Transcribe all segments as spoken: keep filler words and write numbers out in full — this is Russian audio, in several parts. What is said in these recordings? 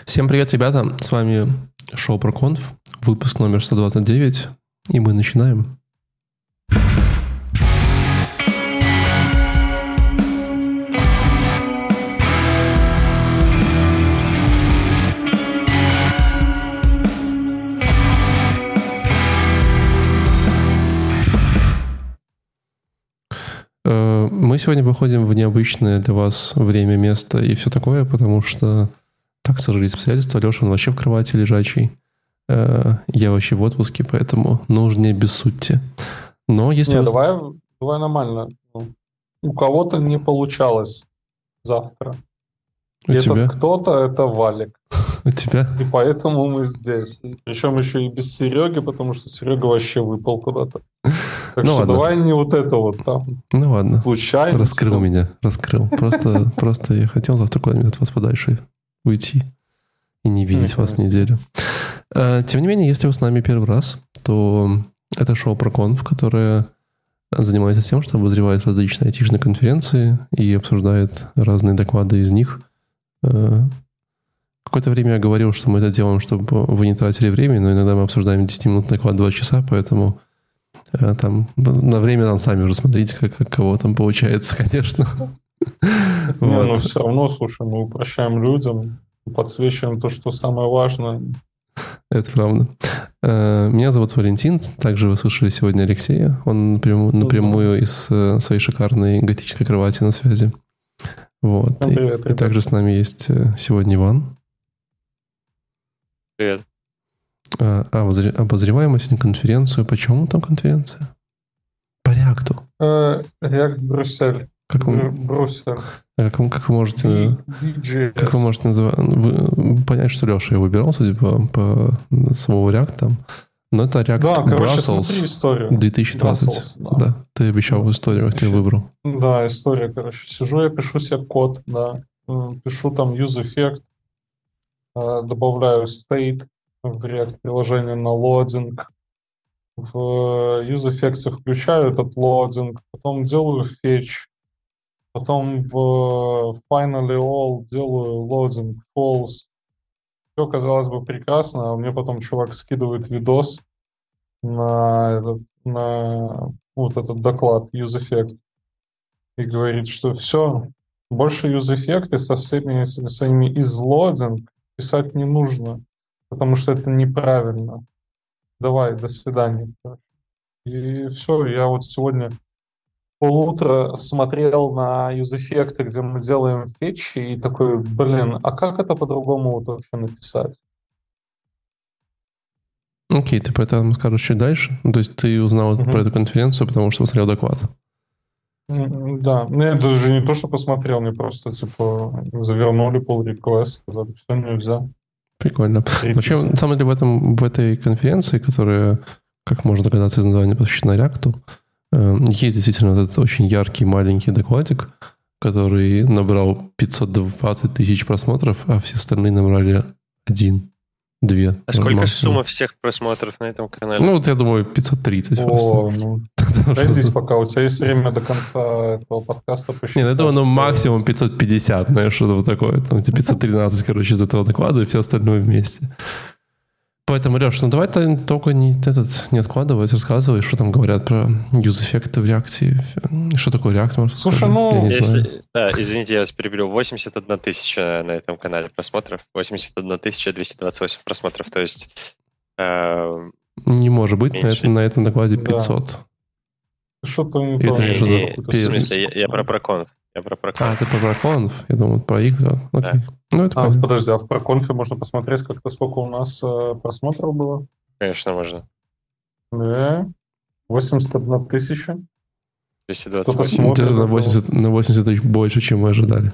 Всем привет, ребята! С вами шоу ProConf, выпуск номер сто двадцать девять, и мы начинаем. Мы сегодня выходим в необычное для вас время, место и все такое, потому что так сложились обстоятельства. Леша, он вообще в кровати лежачий. Я вообще в отпуске, поэтому ну уж не обессудьте. Но если не, вы... давай, давай нормально. У кого-то не получалось завтра. У И тебя? этот кто-то — это Валик. У тебя? И поэтому мы здесь. Причем еще и без Сереги, потому что Серега вообще выпал куда-то. Так ну что ладно. давай не вот это вот там. Ну ладно. Случайно. Раскрыл меня, раскрыл. Просто, просто я хотел завтра куда-нибудь от вас подальше уйти и не видеть вас неделю. Тем не менее, если вы с нами первый раз, то это шоу ProConf, которое занимается тем, что обозревает различные айтишные конференции и обсуждает разные доклады из них. Какое-то время я говорил, что мы это делаем, чтобы вы не тратили время, но иногда мы обсуждаем десятиминутный доклад два часа, поэтому там на время нам сами уже смотрите, как, как кого там получается, конечно. Не, вот. Но все равно, слушай, мы упрощаем людям, подсвечиваем то, что самое важное. Это правда. Меня зовут Валентин, также вы слышали сегодня Алексея, он напрямую, напрямую из своей шикарной готической кровати на связи. Вот. Ну, привет, и, привет. И также с нами есть сегодня Иван. Привет. А, обозреваем сегодня конференцию. Почему там конференция? По реакту. Реакт Брюссель. Как вы, Брюссель. Как, вы, как вы можете, как вы можете называть, вы, понять, что Леша я выбирал, судя по, по самого реакта. Но это React да, Brussels две тысячи двадцать. Brussels, да. да, ты обещал в историю, как ты выбрал. Да, история, короче. Сижу, я пишу себе код, да. Пишу там use effect, добавляю state в React приложение на лодинг. В use effects включаю этот лодинг, потом делаю fetch, потом в finally all делаю loading false. Все, казалось бы, прекрасно, а мне потом чувак скидывает видос на этот, на вот этот доклад use effect и говорит, что все, больше use effect со всеми своими isLoading писать не нужно, потому что это неправильно. Давай, до свидания. И все, я вот сегодня полутра смотрел на use-эффекты, где мы делаем фетчи, и такой, блин, а как это по-другому вот вообще написать? Окей, okay, ты про это скажешь чуть дальше? Ну, то есть ты узнал uh-huh. про эту конференцию, потому что посмотрел доклад? Mm-hmm, да, ну я даже не то, что посмотрел, мне просто типа завернули pull-request, сказали, все нельзя. Прикольно. Вообще, на самом деле, в, этом, в этой конференции, которая, как можно догадаться из названия, посвящена React, есть действительно этот очень яркий маленький докладик, который набрал пятьсот двадцать тысяч просмотров, а все остальные набрали один, две. А сколько максимум. Сумма всех просмотров на этом канале? Ну, вот я думаю, пятьсот тридцать. О, ну, дай здесь пока, у тебя есть время до конца этого подкаста посчитать. Нет, я думаю, ну, максимум пятьсот пятьдесят, знаешь, что-то вот такое. Там пятьсот тринадцать, короче, из этого доклада, и все остальное вместе. Поэтому, Леш, ну давай только не, этот, не откладывай, рассказывай, что там говорят про юз-эффекты в реакции. Что такое React, может Слушай, сказать? ну... Я не если, знаю. Да, извините, я вас перебил. восемьдесят одна тысяча на этом канале просмотров. восемьдесят одна тысяча двести двадцать восемь просмотров. То есть... Э, не может быть, на этом, на этом докладе пятьсот. Да. Что-то не Это не, не, не, в смысле, я, я про ProConf. Я про ProConf. А, ты про ProConf? Я думал, про их. Окей. Да. Ну, это а, подожди, а в ProConf можно посмотреть, как-то сколько у нас э, просмотров было? Конечно, можно. Да. восемьдесят одна тысяча. двести двадцать восемь. Где-то на восемьдесят, на восемьдесят тысяч больше, чем мы ожидали.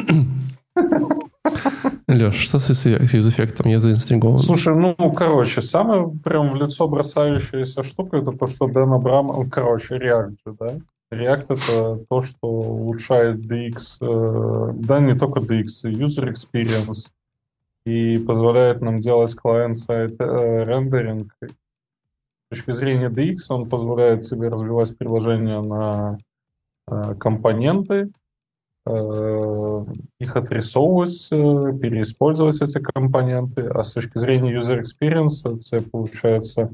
Леш, что с юз-эффектом? Я заинстригован. Слушай, ну, короче, самая прям в лицо бросающаяся штука, это то, что Дэн Абрам... Короче, React же, да? React — это то, что улучшает ди экс, э, да, не только ди экс, user experience, и позволяет нам делать client-side э, рендеринг. С точки зрения ди экс он позволяет тебе развивать приложение на э, компоненты, э, их отрисовывать, э, переиспользовать эти компоненты, а с точки зрения user experience это, получается,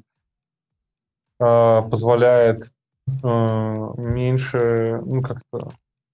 э, позволяет э, меньше, ну, как-то,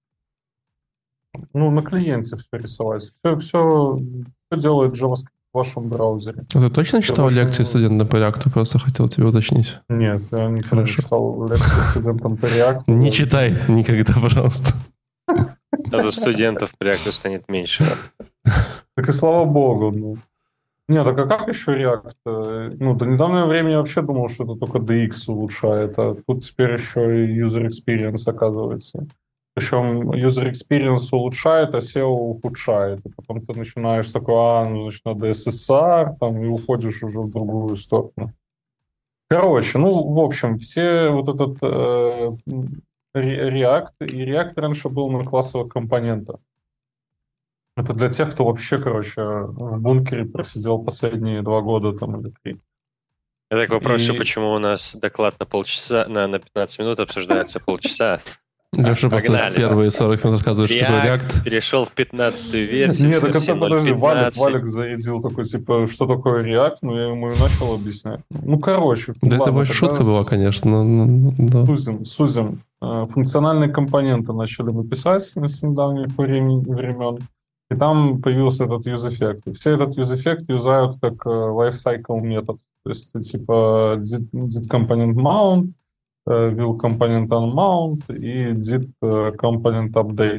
ну, на клиенте все рисовать. Все, все, все делает JavaScript в вашем браузере. А ты точно Все читал очень- лекции студентам по React? Просто хотел тебе уточнить. Нет, я никогда не Хорошо. читал лекции студентам по React. Не читай никогда, пожалуйста. А то студентов по React станет меньше. Так и слава богу. Ну. Нет, так а как еще React? Ну, до недавнего времени я вообще думал, что это только ди экс улучшает, а тут теперь еще и user experience оказывается. Причем user experience улучшает, а сео ухудшает. И потом ты начинаешь такой, а, ну, значит, надо эс эс ар, там, и уходишь уже в другую сторону. Короче, ну, в общем, все вот этот э, React, и React раньше был на классовых компонентах. Это для тех, кто вообще, короче, в бункере просидел последние два года там или три. Я так вопросу, И- почему у нас доклад на полчаса, на, на пятнадцать минут обсуждается полчаса. Леша просто Погнали. первые сорок минут рассказывает, что такое React. перешел в пятнадцатую версию. Нет, так это, версию подожди, Валик, ноль пятнадцать. Валик зарядил такой, типа, что такое React, ну, я ему и начал объяснять. Ну, короче. Да это ладно, больше тогда шутка была, конечно. но- но- да. Сузим, сузим. Э, Функциональные компоненты начали мы писать с недавних времен, времен, и там появился этот use-effect. И все этот use-effect юзают как э, lifecycle метод. То есть, типа, did, did component mount, э, will component unmount и did э, component update.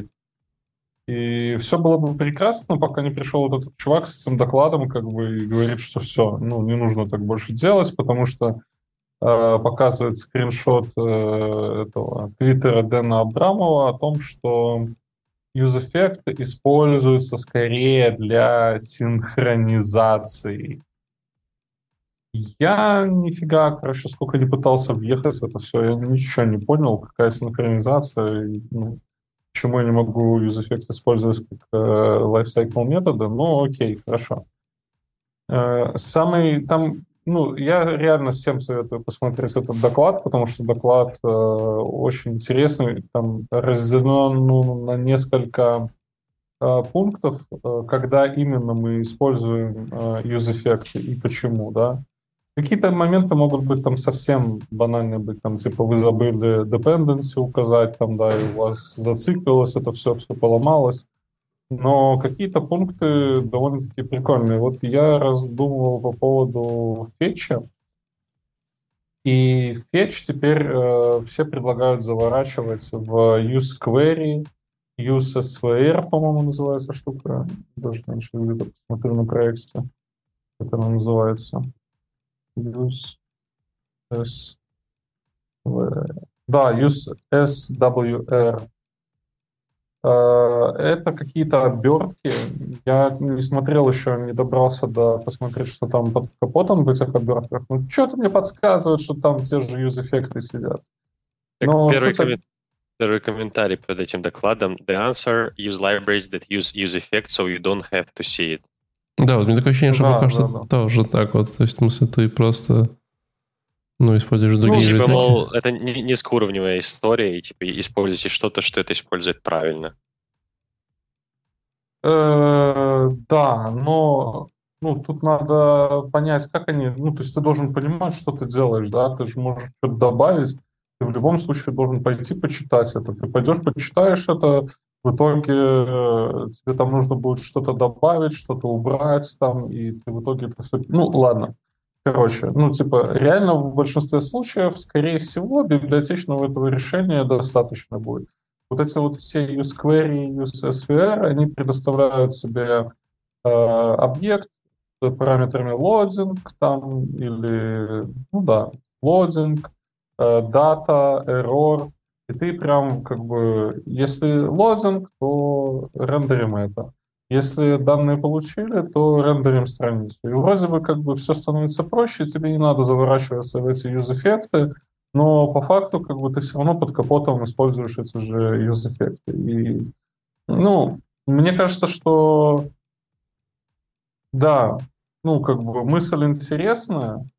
И все было бы прекрасно, пока не пришел вот этот чувак с этим докладом, как бы, и говорит, что все, ну, не нужно так больше делать, потому что э, показывает скриншот э, этого твиттера Дэна Абрамова о том, что use-effect используется скорее для синхронизации. Я нифига, короче, сколько не пытался въехать в это все, я ничего не понял, какая синхронизация, и, ну, почему я не могу use-effect использовать как э, lifecycle метода, ну окей, хорошо. Э, самый там, ну, я реально всем советую посмотреть этот доклад, потому что доклад э, очень интересный, там разделен ну, на несколько э, пунктов, э, когда именно мы используем э, use-effect и почему, да. Какие-то моменты могут быть там совсем банальные быть, там, типа, вы забыли dependency указать, там, да, и у вас зациклилось это все, все поломалось. Но какие-то пункты довольно-таки прикольные. Вот я раздумывал по поводу фетча, и фетч теперь э, все предлагают заворачивать в useQuery, useSVR, по-моему, называется штука. Даже раньше где-то посмотрю на проекте, как она называется. Use S V R. Да, use эс дабл ю ар. Э, Это какие-то обертки. Я не смотрел еще, не добрался до посмотреть, что там под капотом в этих обертках. Ну, что-то мне подсказывает, что там те же use-эффекты сидят. Так, Но первый, суть об- коммен- первый комментарий под этим докладом. The answer, use libraries that use use effect, so you don't have to see it. Да, вот у меня такое ощущение, что Да, пока что да, да. тоже так вот. То есть, в смысле, ты просто ну, используешь другие Ну, Типа, языки. мол, это ни- низкоуровневая история, и типа используйте что-то, что это использует правильно. Э, Да, но ну, тут надо понять, как они... Ну, то есть ты должен понимать, что ты делаешь, да? Ты же можешь что-то добавить. Ты в любом случае должен пойти почитать это. Ты пойдешь, почитаешь это, в итоге э, тебе там нужно будет что-то добавить, что-то убрать там, и ты в итоге это все... Ну, ладно. Короче, ну, типа, реально в большинстве случаев, скорее всего, библиотечного этого решения достаточно будет. Вот эти вот все useQuery, useSVR, они предоставляют себе э, объект с параметрами loading там, или, ну да, loading, э, data, error, и ты прям как бы, если loading, то рендерим это. Если данные получили, то рендерим страницу. И вроде бы как бы все становится проще, тебе не надо заворачиваться в эти use-эффекты, но по факту как бы ты все равно под капотом используешь эти же use-эффекты. И, ну, мне кажется, что да, ну, как бы мысль интересная,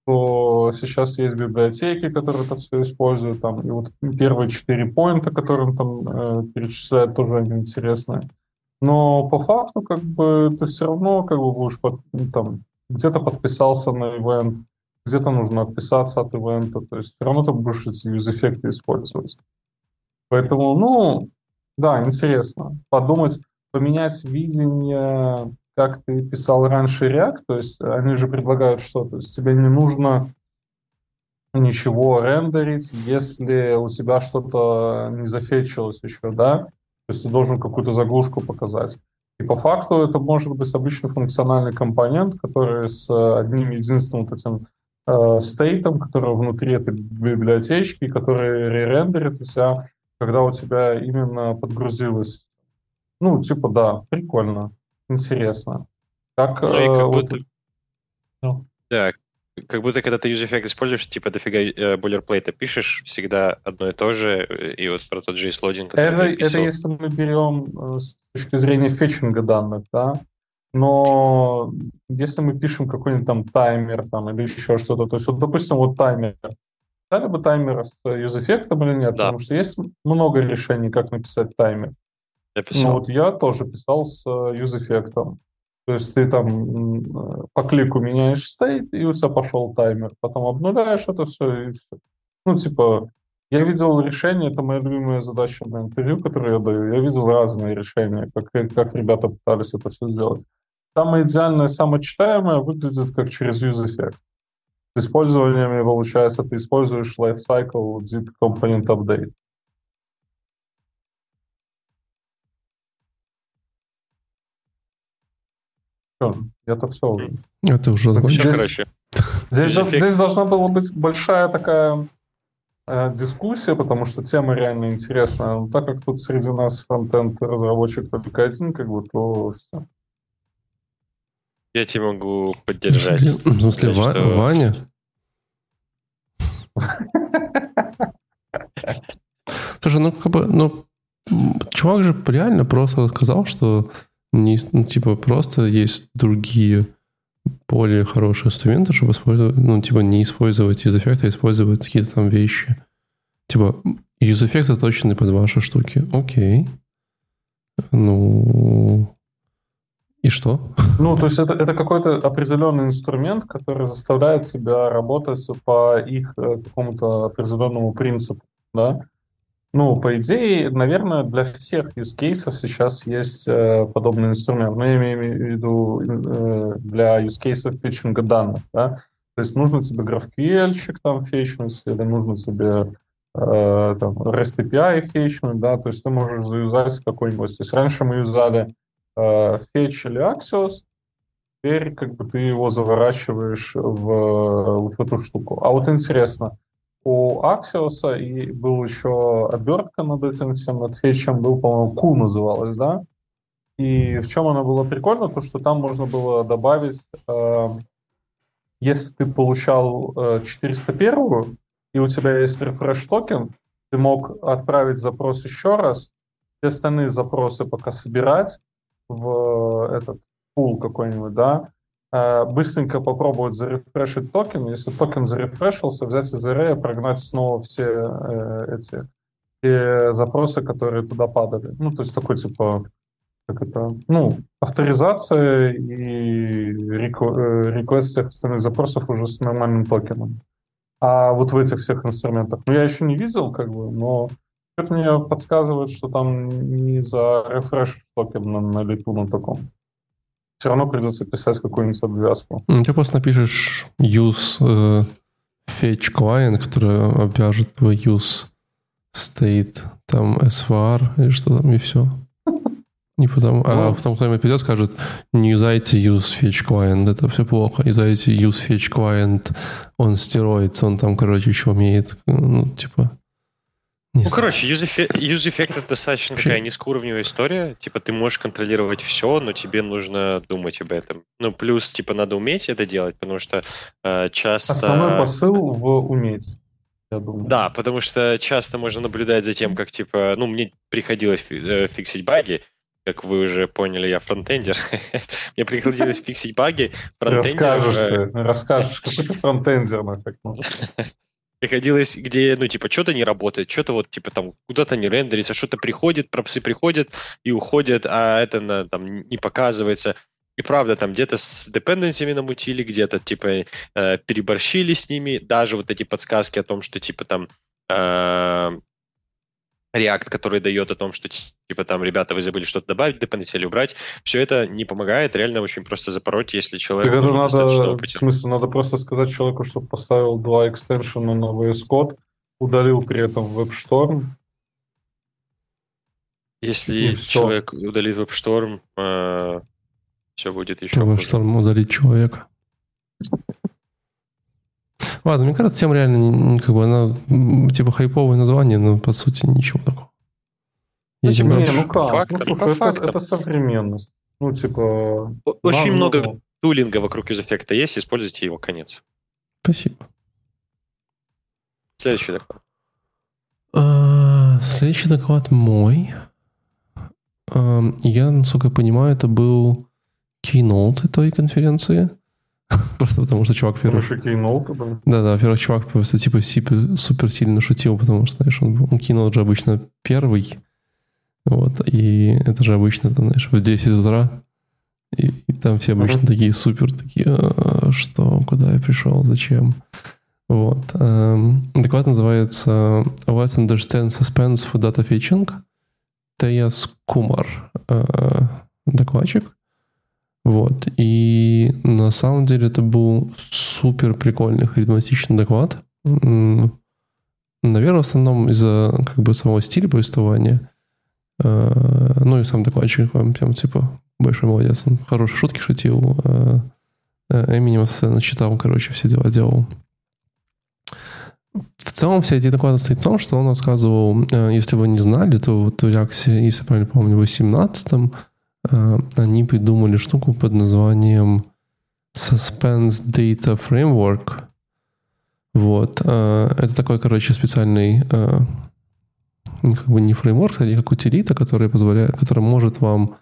то сейчас есть библиотеки, которые это все используют, там, и вот первые четыре поинта, которые он там э, перечисляет, тоже они интересные. Но по факту, как бы, ты все равно, как бы, будешь под, ну, там, где-то подписался на ивент, где-то нужно отписаться от ивента, то есть все равно ты будешь эти юз-эффекты использовать. Поэтому, ну, да, интересно подумать, поменять видение, как ты писал раньше React, то есть они же предлагают что? То есть тебе не нужно ничего рендерить, если у тебя что-то не зафетчилось еще, да? То есть ты должен какую-то заглушку показать. И по факту это может быть обычный функциональный компонент, который с одним единственным вот этим э, стейтом, который внутри этой библиотечки, который ререндерит у тебя, когда у тебя именно подгрузилось. Ну, типа, да, прикольно, интересно. Как, Ну и э, как вот, будто, ну, да, как будто когда ты юзефект используешь, типа дофига э, бойлерплейта пишешь, всегда одно и то же, э, и вот про тот же JSLoading, который Это, ты это описывал. если мы берем э, с точки зрения фетчинга данных, да. Но если мы пишем какой-нибудь там таймер там, или еще что-то, то есть, вот, допустим, вот таймер. Дали бы таймер с юз-эффектом или нет? Да, Потому что есть много решений, как написать таймер. я Ну писал. вот я тоже писал с юз-эффектом. То есть ты там м, по клику меняешь стейт, и у тебя пошел таймер. Потом обнуляешь это все, и все. Ну, типа, я видел решение, это моя любимая задача на интервью, которую я даю. Я видел разные решения, как, как ребята пытались это все сделать. Самое идеальное, самое читаемое выглядит как через use-эффект. С использованием, получается, ты используешь lifecycle zip component update. Все, это все уже. Это уже Так, закончилось. Все, здесь, короче. здесь, до- Use-эффект. здесь должна была быть большая такая э, дискуссия, потому что тема реально интересная. Но так как тут среди нас фронтенд разработчик только один, как бы, то все. Я тебя могу В поддержать. смысле, в смысле, Сказать, Ва- что- Ваня? Слушай, ну как бы, ну, м, чувак же реально просто рассказал, что не, ну, типа, просто есть другие более хорошие инструменты, чтобы использовать, ну, типа, не использовать юз-эффекты, а использовать какие-то там вещи. Типа, юз-эффект заточенный под ваши штуки. Окей. Ну, и что? Ну, то есть это, это какой-то определенный инструмент, который заставляет тебя работать по их э, какому-то определенному принципу, да? Ну, по идее, наверное, для всех use cases сейчас есть э, подобный инструмент. Но я имею в виду э, для use cases фетчинга данных, да? То есть нужно тебе GraphQL-щик там фетчнуть, или нужно тебе э, там, REST эй пи ай фетчнуть, да? То есть ты можешь заюзать какой-нибудь. То есть раньше мы юзали э, Fetch или Axios, теперь как бы ты его заворачиваешь в, вот в эту штуку. А вот интересно, у Axios и был еще обертка над этим всем, над фетчем, был, по-моему, Q называлась, да? И в чем она была прикольна, то что там можно было добавить, э, если ты получал э, четыреста один, и у тебя есть рефреш токен, ты мог отправить запрос еще раз, все остальные запросы пока собирать в этот пул какой-нибудь, да, э, быстренько попробовать зарефрешить токен, если токен зарефрешился, взять из array, прогнать снова все э, эти все запросы, которые туда падали. Ну, то есть такой типа, как это, ну, авторизация и реквест всех остальных запросов уже с нормальным токеном. А вот в этих всех инструментах, ну, я еще не видел, как бы, но что-то мне подсказывает, что там не за рефреш токен на, на лету на таком. Все равно придется писать какую-нибудь обвязку. Ну, ты просто напишешь use э, fetch client, который обвяжет твой use state, там эс ви ар или что там, и все. Не потом, а Ну. потом кто-нибудь придет, скажет, не юзайте use fetch client, это все плохо. Юзайте use fetch client, он стероидс, он там, короче, еще умеет, ну, типа... Не Ну, знаю. короче, use-эффект это достаточно Вообще- такая низкоуровневая история. Типа, ты можешь контролировать все, но тебе нужно думать об этом. Ну, плюс, типа, надо уметь это делать, потому что э, часто... Основной посыл в уметь, я думаю. Да, потому что часто можно наблюдать за тем, как, типа, ну, мне приходилось фи- э, фиксить баги, как вы уже поняли, я фронтендер. Мне приходилось фиксить баги. Расскажешь ты, расскажешь, какой ты фронтендер нафиг. Приходилось, где, ну, типа, что-то не работает, что-то вот, типа, там, куда-то не рендерится, что-то приходит, пропсы приходят и уходят, а это на, там не показывается. И правда, там где-то с депенденсиями намутили, где-то, типа, э, переборщили с ними. Даже вот эти подсказки о том, что, типа, там, э, React, который дает о том, что, типа, там, ребята, вы забыли что-то добавить, dependency или убрать, все это не помогает, реально очень просто запороть, если человек так это достаточно надо, опытен. В смысле, надо просто сказать человеку, чтобы поставил два экстеншена на ви эс Code, удалил при этом WebStorm. Если человек удалит WebStorm, э, все будет еще хуже. WebStorm удалить человека. Ладно, мне кажется, тема реально, как бы, она, типа, хайповое название, но, по сути, ничего такого. Едем не, ну как? Фактор, ну, слушай, это, это современность. Ну, типа... Очень нам, много ну... тулинга вокруг юзэффекта есть, используйте его, конец. Спасибо. Следующий доклад. А, следующий доклад мой. А, я, насколько я понимаю, это был keynote этой конференции. Просто потому что чувак первый... Keynote, да, да, первый чувак просто типа супер, супер сильно шутил, потому что, знаешь, он, он keynote же обычно первый. Вот, и это же обычно, там, знаешь, в десять утра. И, и там все обычно uh-huh. такие супер, такие, а, что, куда я пришел, зачем? Вот. Эм, доклад называется Let's Understand Suspense for Data Fetching. Теяс Кумар, э, докладчик. Вот. И на самом деле это был супер прикольный харизматичный доклад. Наверное, в основном из-за как бы самого стиля повествования. Ну и сам докладчик прям типа большой молодец. Он хорошие шутки шутил. Эминем постоянно читал, короче, все дела делал. В целом вся эта доклада стоит в том, что он рассказывал, если вы не знали, то вот в React, если я правильно помню, в восемнадцатом они придумали штуку под названием Suspense Data Framework. Вот. Это такой, короче, специальный как бы не фреймворк, а как утилита, которая позволяет, которая может вам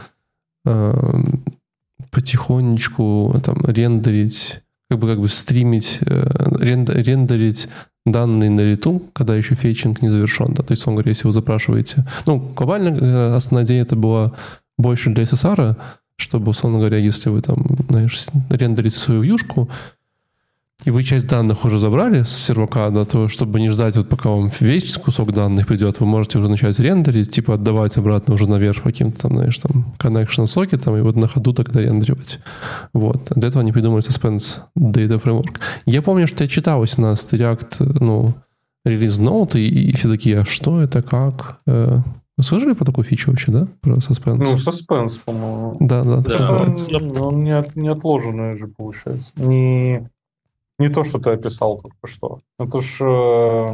потихонечку там рендерить, как бы как бы стримить, рендерить данные на лету, когда еще фетчинг не завершен. Да? То есть, он говорит, если вы запрашиваете... Ну, глобально основная идея это была больше для эс эс ар, чтобы, условно говоря, если вы там, знаешь, рендерите свою вьюшку, и вы часть данных уже забрали с сервака, да, то чтобы не ждать, вот пока вам весь кусок данных придет, вы можете уже начать рендерить, типа отдавать обратно уже наверх каким-то там, знаешь, там, connection сокетом, и вот на ходу тогда рендеривать. Вот. Для этого они придумали Suspense Data Framework. Я помню, что я читал восемнадцатый React, ну, релиз ноут, и, и все такие, а что это, как? Вы слышали про такую фичу вообще, да? Про Suspense? Ну, Suspense, по-моему. Да, да. да. Он, он не, от, не отложенный же, получается. Не... Не то, что ты описал только что. Это ж э,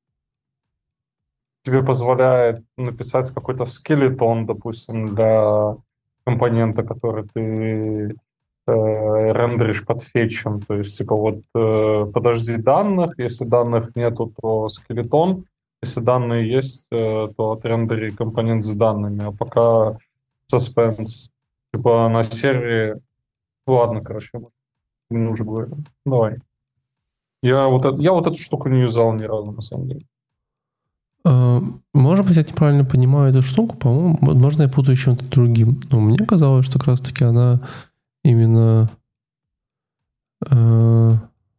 тебе позволяет написать какой-то скелетон, допустим, для компонента, который ты э, рендеришь под фетчем. То есть, типа, вот э, подожди данных, если данных нету, то скелетон. Если данные есть, э, то отрендери компонент с данными. А пока suspense. Типа на сервере... Ладно, короче, мы уже говорим. Давай. Я вот, это, я вот эту штуку не юзал ни разу, на самом деле. Может быть, я неправильно понимаю эту штуку. По-моему, возможно, я путаю чем-то другим. Но мне казалось, что как раз-таки она именно... Э...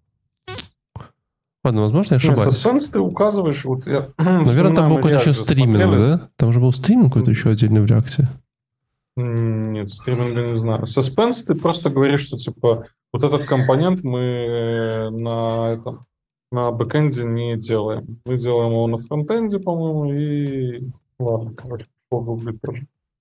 Ладно, возможно, я ошибаюсь. Suspense ты указываешь... Вот я Наверное, там был какой-то еще стриминг, да? Там же был стриминг какой-то еще отдельный в React. Нет, стриминга не знаю. Suspense ты просто говоришь, что типа вот этот компонент мы на этом на бэкэнде не делаем. Мы делаем его на фронтенде, по-моему, и ладно, короче, погуглить тоже.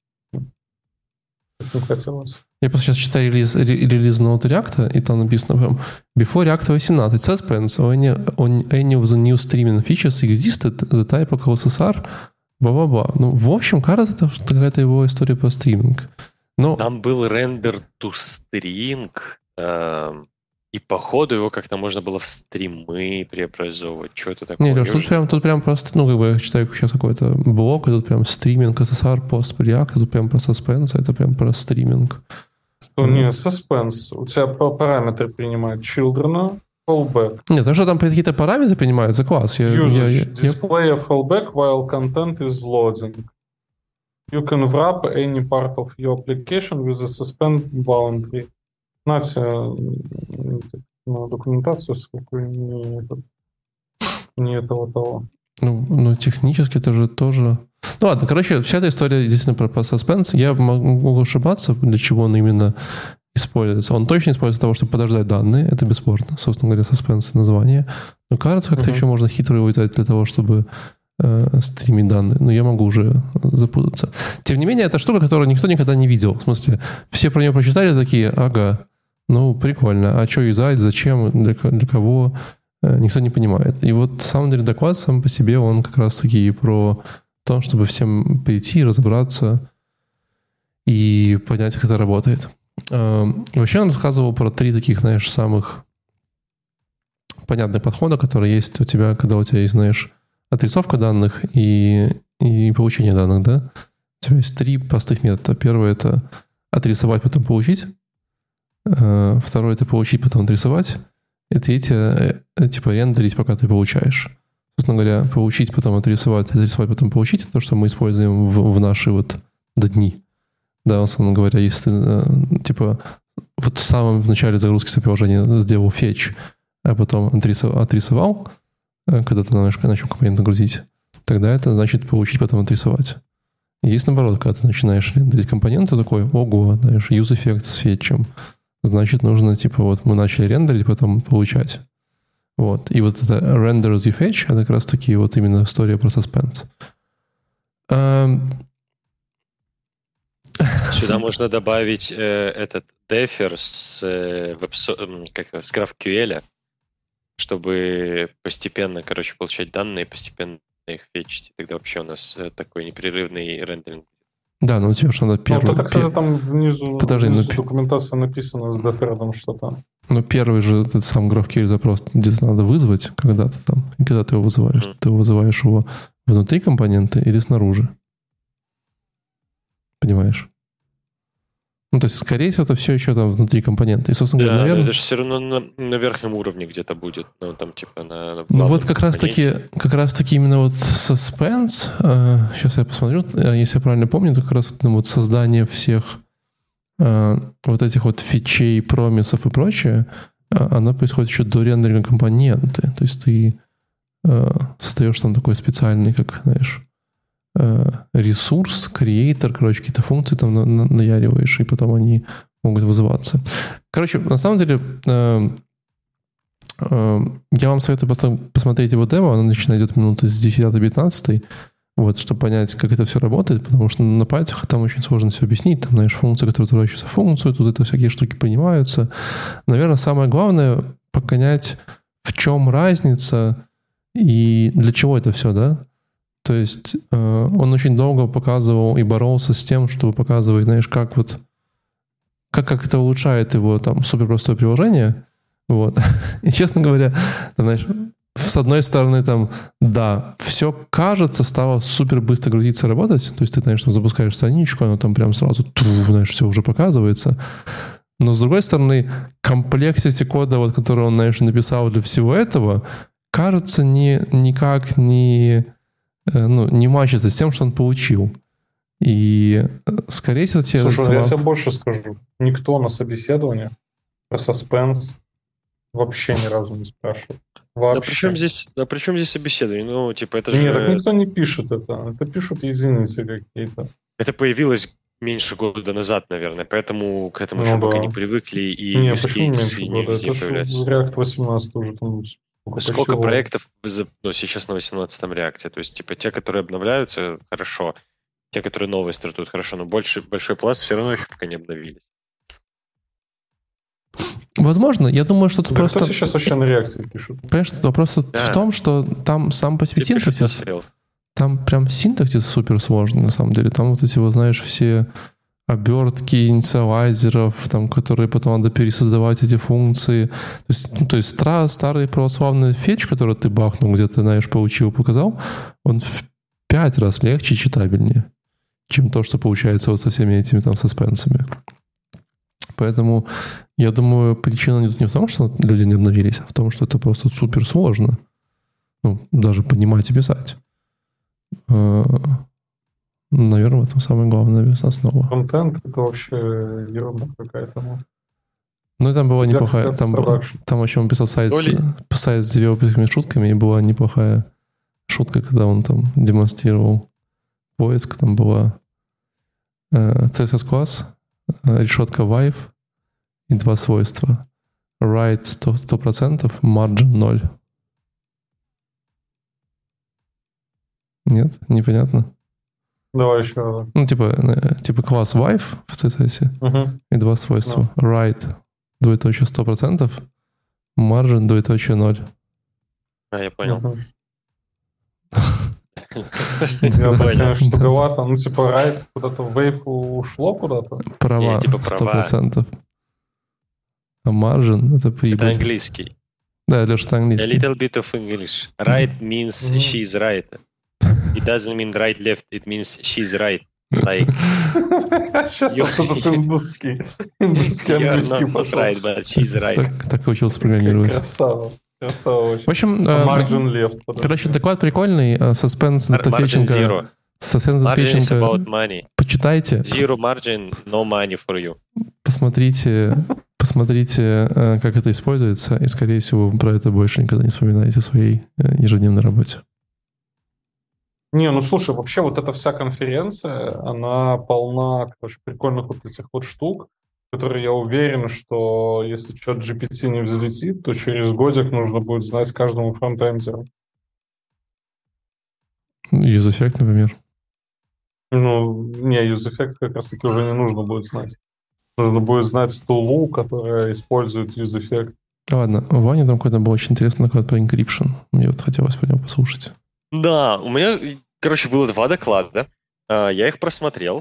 Не хотелось. Я просто сейчас читаю релиз, релиз ноут React, и там написано прям Before React восемнадцать, Suspense, on any, on any of the new streaming features existed, the type of эс эс ар, ба-ба-ба. Ну, в общем, кажется, что какая-то его история про стриминг. Но... Там был рендер to string, э, И по ходу его как-то можно было в стримы преобразовывать. Что это такое? Не, Леш, тут прям, тут прям просто, ну, как бы я читаю сейчас какой-то блог, и тут прям стриминг эс эс ар, пост React, и тут прям про Suspense, это прям про стриминг. Что, не, Suspense. У тебя параметры принимают children, fallback. Нет, а что там какие-то параметры принимаются? Класс. Я, Usage, я, я, display a fallback while content is loading. You can wrap any part of your application with a suspend boundary. Знаете, ну, документацию, сколько не, не этого того. Ну, ну, технически это же тоже... Ну ладно, короче, вся эта история действительно про, про Suspense. Я могу ошибаться, для чего он именно используется. Он точно используется для того, чтобы подождать данные. Это бесспорно. Собственно говоря, Suspense название. Но кажется, как-то uh-huh. еще можно хитро его взять для того, чтобы э, стримить данные. Но я могу уже запутаться. Тем не менее, это штука, которую никто никогда не видел. В смысле, все про нее прочитали такие, ага, ну, прикольно. А что юзать, зачем, для, для кого, э, никто не понимает. И вот, на самом деле, доклад сам по себе, он как раз-таки про то, чтобы всем прийти, разобраться и понять, как это работает. Э, вообще он рассказывал про три таких, знаешь, самых понятных подхода, которые есть у тебя, когда у тебя есть, знаешь, отрисовка данных и, и получение данных, да? У тебя есть три простых метода. Первый — это отрисовать, потом получить. Второе — это получить, потом отрисовать. И третье — типа рендерить, пока ты получаешь. Собственно говоря, получить, потом отрисовать, отрисовать, потом получить — это то, что мы используем в, в наши вот дни. Да, условно говоря, если ты, типа, вот в самом начале загрузки приложения сделал фетч, а потом отрисовал, отрисовал, когда ты начал компонент нагрузить, тогда это значит получить, потом отрисовать. И есть наоборот, когда ты начинаешь рендерить компоненты, такой, ого, знаешь, use эффект с фетчем. Значит, нужно, типа, вот мы начали рендерить, потом получать. Вот. И вот это render as you fetch, это как раз таки вот именно история про Suspense. Сюда можно добавить э, этот дефер с, э, веб- как, с GraphQL, чтобы постепенно, короче, получать данные, постепенно их фетчить. Тогда вообще у нас э, такой непрерывный рендеринг. Да, но у тебя же надо первый... Ну, это, кстати, там внизу, Подожди, внизу ну, документация написана с дефером что-то. Но первый же этот сам GraphQL запрос где-то надо вызвать когда-то там. И когда ты его вызываешь? Mm-hmm. Ты вызываешь его внутри компонента или снаружи? Понимаешь? Ну, то есть, скорее всего, это все еще там внутри компонента. И, собственно да, говоря, наверное... это же все равно на, на верхнем уровне где-то будет. Ну, там, типа, на... на ну, вот как раз-таки, как раз-таки именно вот Suspense, э, сейчас я посмотрю, э, если я правильно помню, то как раз вот, ну, вот создание всех э, вот этих вот фичей, промисов и прочее, э, оно происходит еще до рендеринга компоненты. То есть ты э, создаешь там такой специальный, как, знаешь, ресурс, креатор, короче, какие-то функции там на- на- наяриваешь, и потом они могут вызываться. Короче, на самом деле, э, э, я вам советую потом посмотреть его демо, оно начинает идет минуты с десятой-пятнадцатой, вот, чтобы понять, как это все работает, потому что на пальцах там очень сложно все объяснить, там, знаешь, функции, которые возвращаются в функцию, тут это всякие штуки принимаются. Наверное, самое главное — понять, в чем разница и для чего это все, да? То есть э, он очень долго показывал и боролся с тем, чтобы показывать, знаешь, как вот как, как это улучшает его там суперпростое приложение. Вот. И, честно говоря, ты знаешь, с одной стороны, там, да, все, кажется, стало супер быстро грузиться, работать. То есть ты, конечно, запускаешь страничку, оно там прям сразу, ту, знаешь, все уже показывается. Но, с другой стороны, комплексити кода, вот, который он, знаешь, написал для всего этого, кажется, не, никак не... ну, не мачится с тем, что он получил. И, скорее всего, тебе... Слушай, сама... я тебе больше скажу. Никто на собеседовании про Suspense вообще ни разу не спрашивает. Вообще. Да при чем здесь, да при чем здесь собеседование? Ну, типа, это же... Нет, так никто не пишет это. Это пишут единицы какие-то. Это появилось меньше года назад, наверное, поэтому к этому ну, еще да. пока не привыкли, и не, почему меньше не года? везде Это появляются. React восемнадцать уже там... Сколько, Сколько проектов ну, сейчас на восемнадцатом реакте? То есть, типа, те, которые обновляются, хорошо. Те, которые новые стартуют, хорошо. Но больше, большой пласт все равно еще пока не обновились. Возможно. Я думаю, что тут да просто... Кто сейчас вообще на реакции пишет? Понимаешь, вопрос да. в том, что там сам по себе Ты синтаксис... Там прям синтаксис супер сложный, на самом деле. Там вот эти, вот, знаешь, все обертки инициалайзеров, там, которые потом надо пересоздавать эти функции. То есть, ну, то есть стра- старый православный фетч, который ты бахнул, где-то, знаешь, получил, показал, он в пять раз легче и читабельнее, чем то, что получается вот со всеми этими там саспенсами. Поэтому, я думаю, причина тут не в том, что люди не обновились, а в том, что это просто супер сложно. Ну, даже понимать и писать. Наверное, в этом самое главное основа. Контент — это вообще ерунда какая-то. Ну, ну и там была Для неплохая... Там, была, там еще он писал сайт, с, сайт с девелоперскими шутками, и была неплохая шутка, когда он там демонстрировал поиск. Там была э, си эс эс-класс, э, решетка Vive и два свойства. Write сто процентов, margin ноль. Нет? Непонятно? Давай еще раз. Ну, типа, типа класс Vive в си эс эс угу. и два свойства. No. Write, двоеточие сто процентов, margin, двоеточие ноль. А, я понял. Угу. Я понял, что галата, ну, типа, write куда-то в Wave ушло куда-то? Права, сто процентов. А margin — это прибыль. Это английский. Да, Леша, это английский. A little bit of English. Right means she's right. It doesn't mean right left, it means she's right. Like, сейчас вот этот индусский, индусский английский пошел. Right, but she's right. Так, так учился программировать. Красава. Красава очень. В общем, margin left. Короче, доклад прикольный. Саспенс датафетчинга. Саспенс датафетчинга. Почитайте. Zero margin, no money for you. Посмотрите, посмотрите, как это используется, и, скорее всего, вы про это больше никогда не вспоминаете в своей ежедневной работе. Не, ну слушай, вообще вот эта вся конференция, она полна, короче, прикольных вот этих вот штук, которые я уверен, что если чат джи пи ти не взлетит, то через годик нужно будет знать каждому фронтендеру. Use-эффект, например. Ну, не, use-эффект как раз-таки уже не нужно будет знать. Нужно будет знать тулу, которая использует use-эффект. Ладно, у Вани там какой-то был очень интересный доклад про encryption. Мне вот хотелось по нему послушать. Да, у меня, короче, было два доклада. Я их просмотрел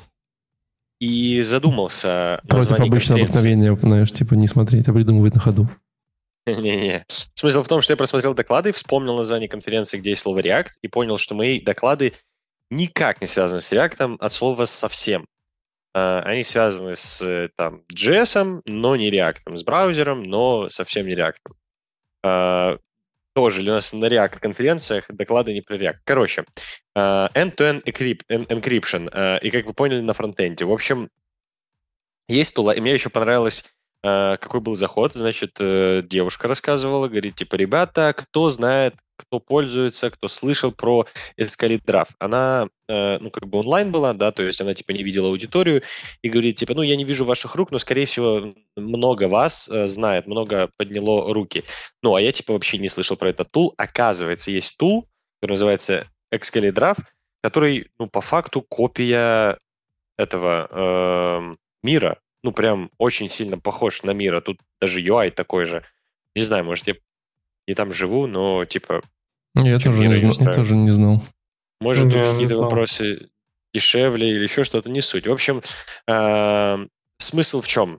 и задумался. Против обычного обыкновения, знаешь, типа не смотреть, а придумывать на ходу. Не-не. Смысл в том, что я просмотрел доклады, вспомнил название конференции, где есть слово React, и понял, что мои доклады никак не связаны с React от слова совсем. Они связаны с там, джей эс, но не React, с браузером, но совсем не React. Тоже у нас на React-конференциях доклады не про React. Короче, end-to-end encryption, и, как вы поняли, на фронтенде. В общем, есть тула, и мне еще понравилось, какой был заход. Значит, девушка рассказывала, говорит, типа, ребята, кто знает, кто пользуется, кто слышал про Escalate Она, ну, как бы онлайн была, да, то есть она, типа, не видела аудиторию и говорит, типа, ну, я не вижу ваших рук, но, скорее всего, много вас знает, много подняло руки. Ну, а я, типа, вообще не слышал про этот тул. Оказывается, есть тул, который называется Escalate, который, ну, по факту копия этого э, мира, ну, прям очень сильно похож на мира. Тут даже ю ай такой же. Не знаю, может, я не там живу, но, типа... Я тоже не, знал, я тоже не знал. Может, тут какие-то вопросы дешевле или еще что-то, не суть. В общем, э, смысл в чем?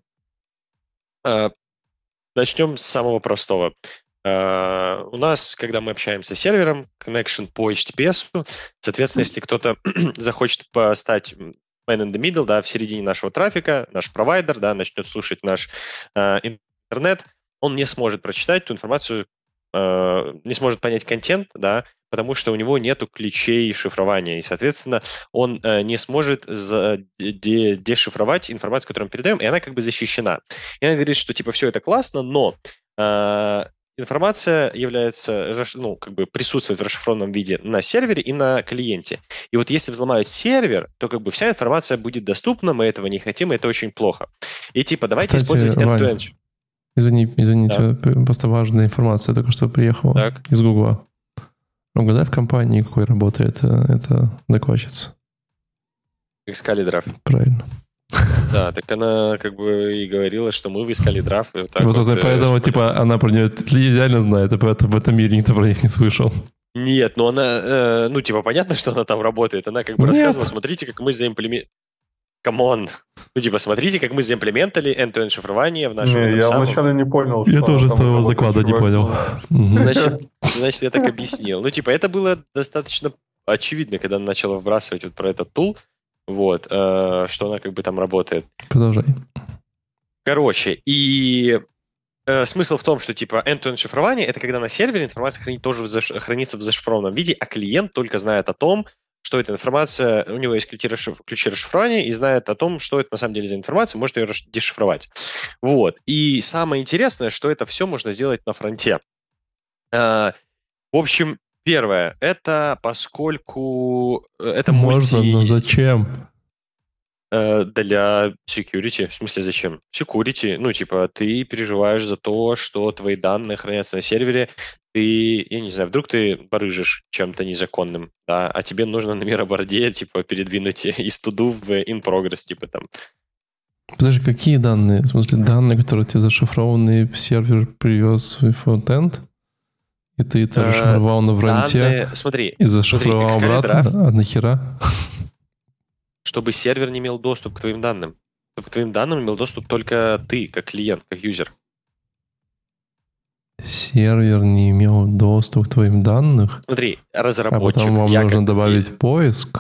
Э, начнем с самого простого. Э, у нас, когда мы общаемся с сервером, connection по эйч ти ти пи эс, соответственно, если кто-то захочет стать man in the middle, да, в середине нашего трафика, наш провайдер, да, начнет слушать наш э, интернет, он не сможет прочитать ту информацию, не сможет понять контент, да, потому что у него нету ключей шифрования, и, соответственно, он э, не сможет за, де, дешифровать информацию, которую мы передаем, и она как бы защищена. И она говорит, что типа все это классно, но э, информация является, ну, как бы присутствует в расшифрованном виде на сервере и на клиенте. И вот если взломают сервер, то как бы вся информация будет доступна, мы этого не хотим, и это очень плохо. И типа давайте Кстати, использовать end-to-end. Вань, извини, извините, да. Просто важная информация только что приехала так. из Гугла. Угадай, в компании какой работает эта докладчица? Escalate. Правильно. Да, так она как бы и говорила, что мы в Escalate. Вот так вот, вот, поэтому, э, типа, она про нее идеально знает, а поэтому в этом мире никто про них не слышал. Нет, но она, э, ну, типа, понятно, что она там работает. Она как бы Нет. рассказывала, смотрите, как мы заимплементировали. камон. Ну, типа, смотрите, как мы заимплементали end-to-end шифрование в нашем Не, я самом... вначале не понял, Я что тоже с там твоего какой-то доклада не чувак понял. был. Мгм. Значит, значит, я так объяснил. Ну, типа, это было достаточно очевидно, когда она начала вбрасывать вот про этот тул, вот, э, что она как бы там работает. Продолжай. Короче, и э, смысл в том, что типа end-to-end шифрование — это когда на сервере информация хранит, тоже в заш- хранится в зашифрованном виде, а клиент только знает о том, что эта информация, у него есть ключи, расшиф- ключи расшифрования, и знает о том, что это на самом деле за информация, может ее расш- дешифровать. Вот. И самое интересное, что это все можно сделать на фронте. Э, в общем, первое, это поскольку э, это Можно, мульти... но зачем? Э, Для security. В смысле, зачем? Security. Ну, типа, ты переживаешь за то, что твои данные хранятся на сервере. Ты, я не знаю, вдруг ты барыжишь чем-то незаконным, да, а тебе нужно на мироборде, типа, передвинуть из туду в in progress, типа, там. Подожди, какие данные? В смысле, данные, которые тебе зашифрованы, сервер привез в фронтенд, и ты это Э, расшифровал на фронте Данные, смотри, и зашифровал смотри, как обратно? SkyDrive. А нахера? Чтобы сервер не имел доступ к твоим данным. Чтобы к твоим данным имел доступ только ты, как клиент, как юзер. Сервер не имел доступ к твоим данным, Смотри, а разработчик... потом вам я нужно как- добавить поиск.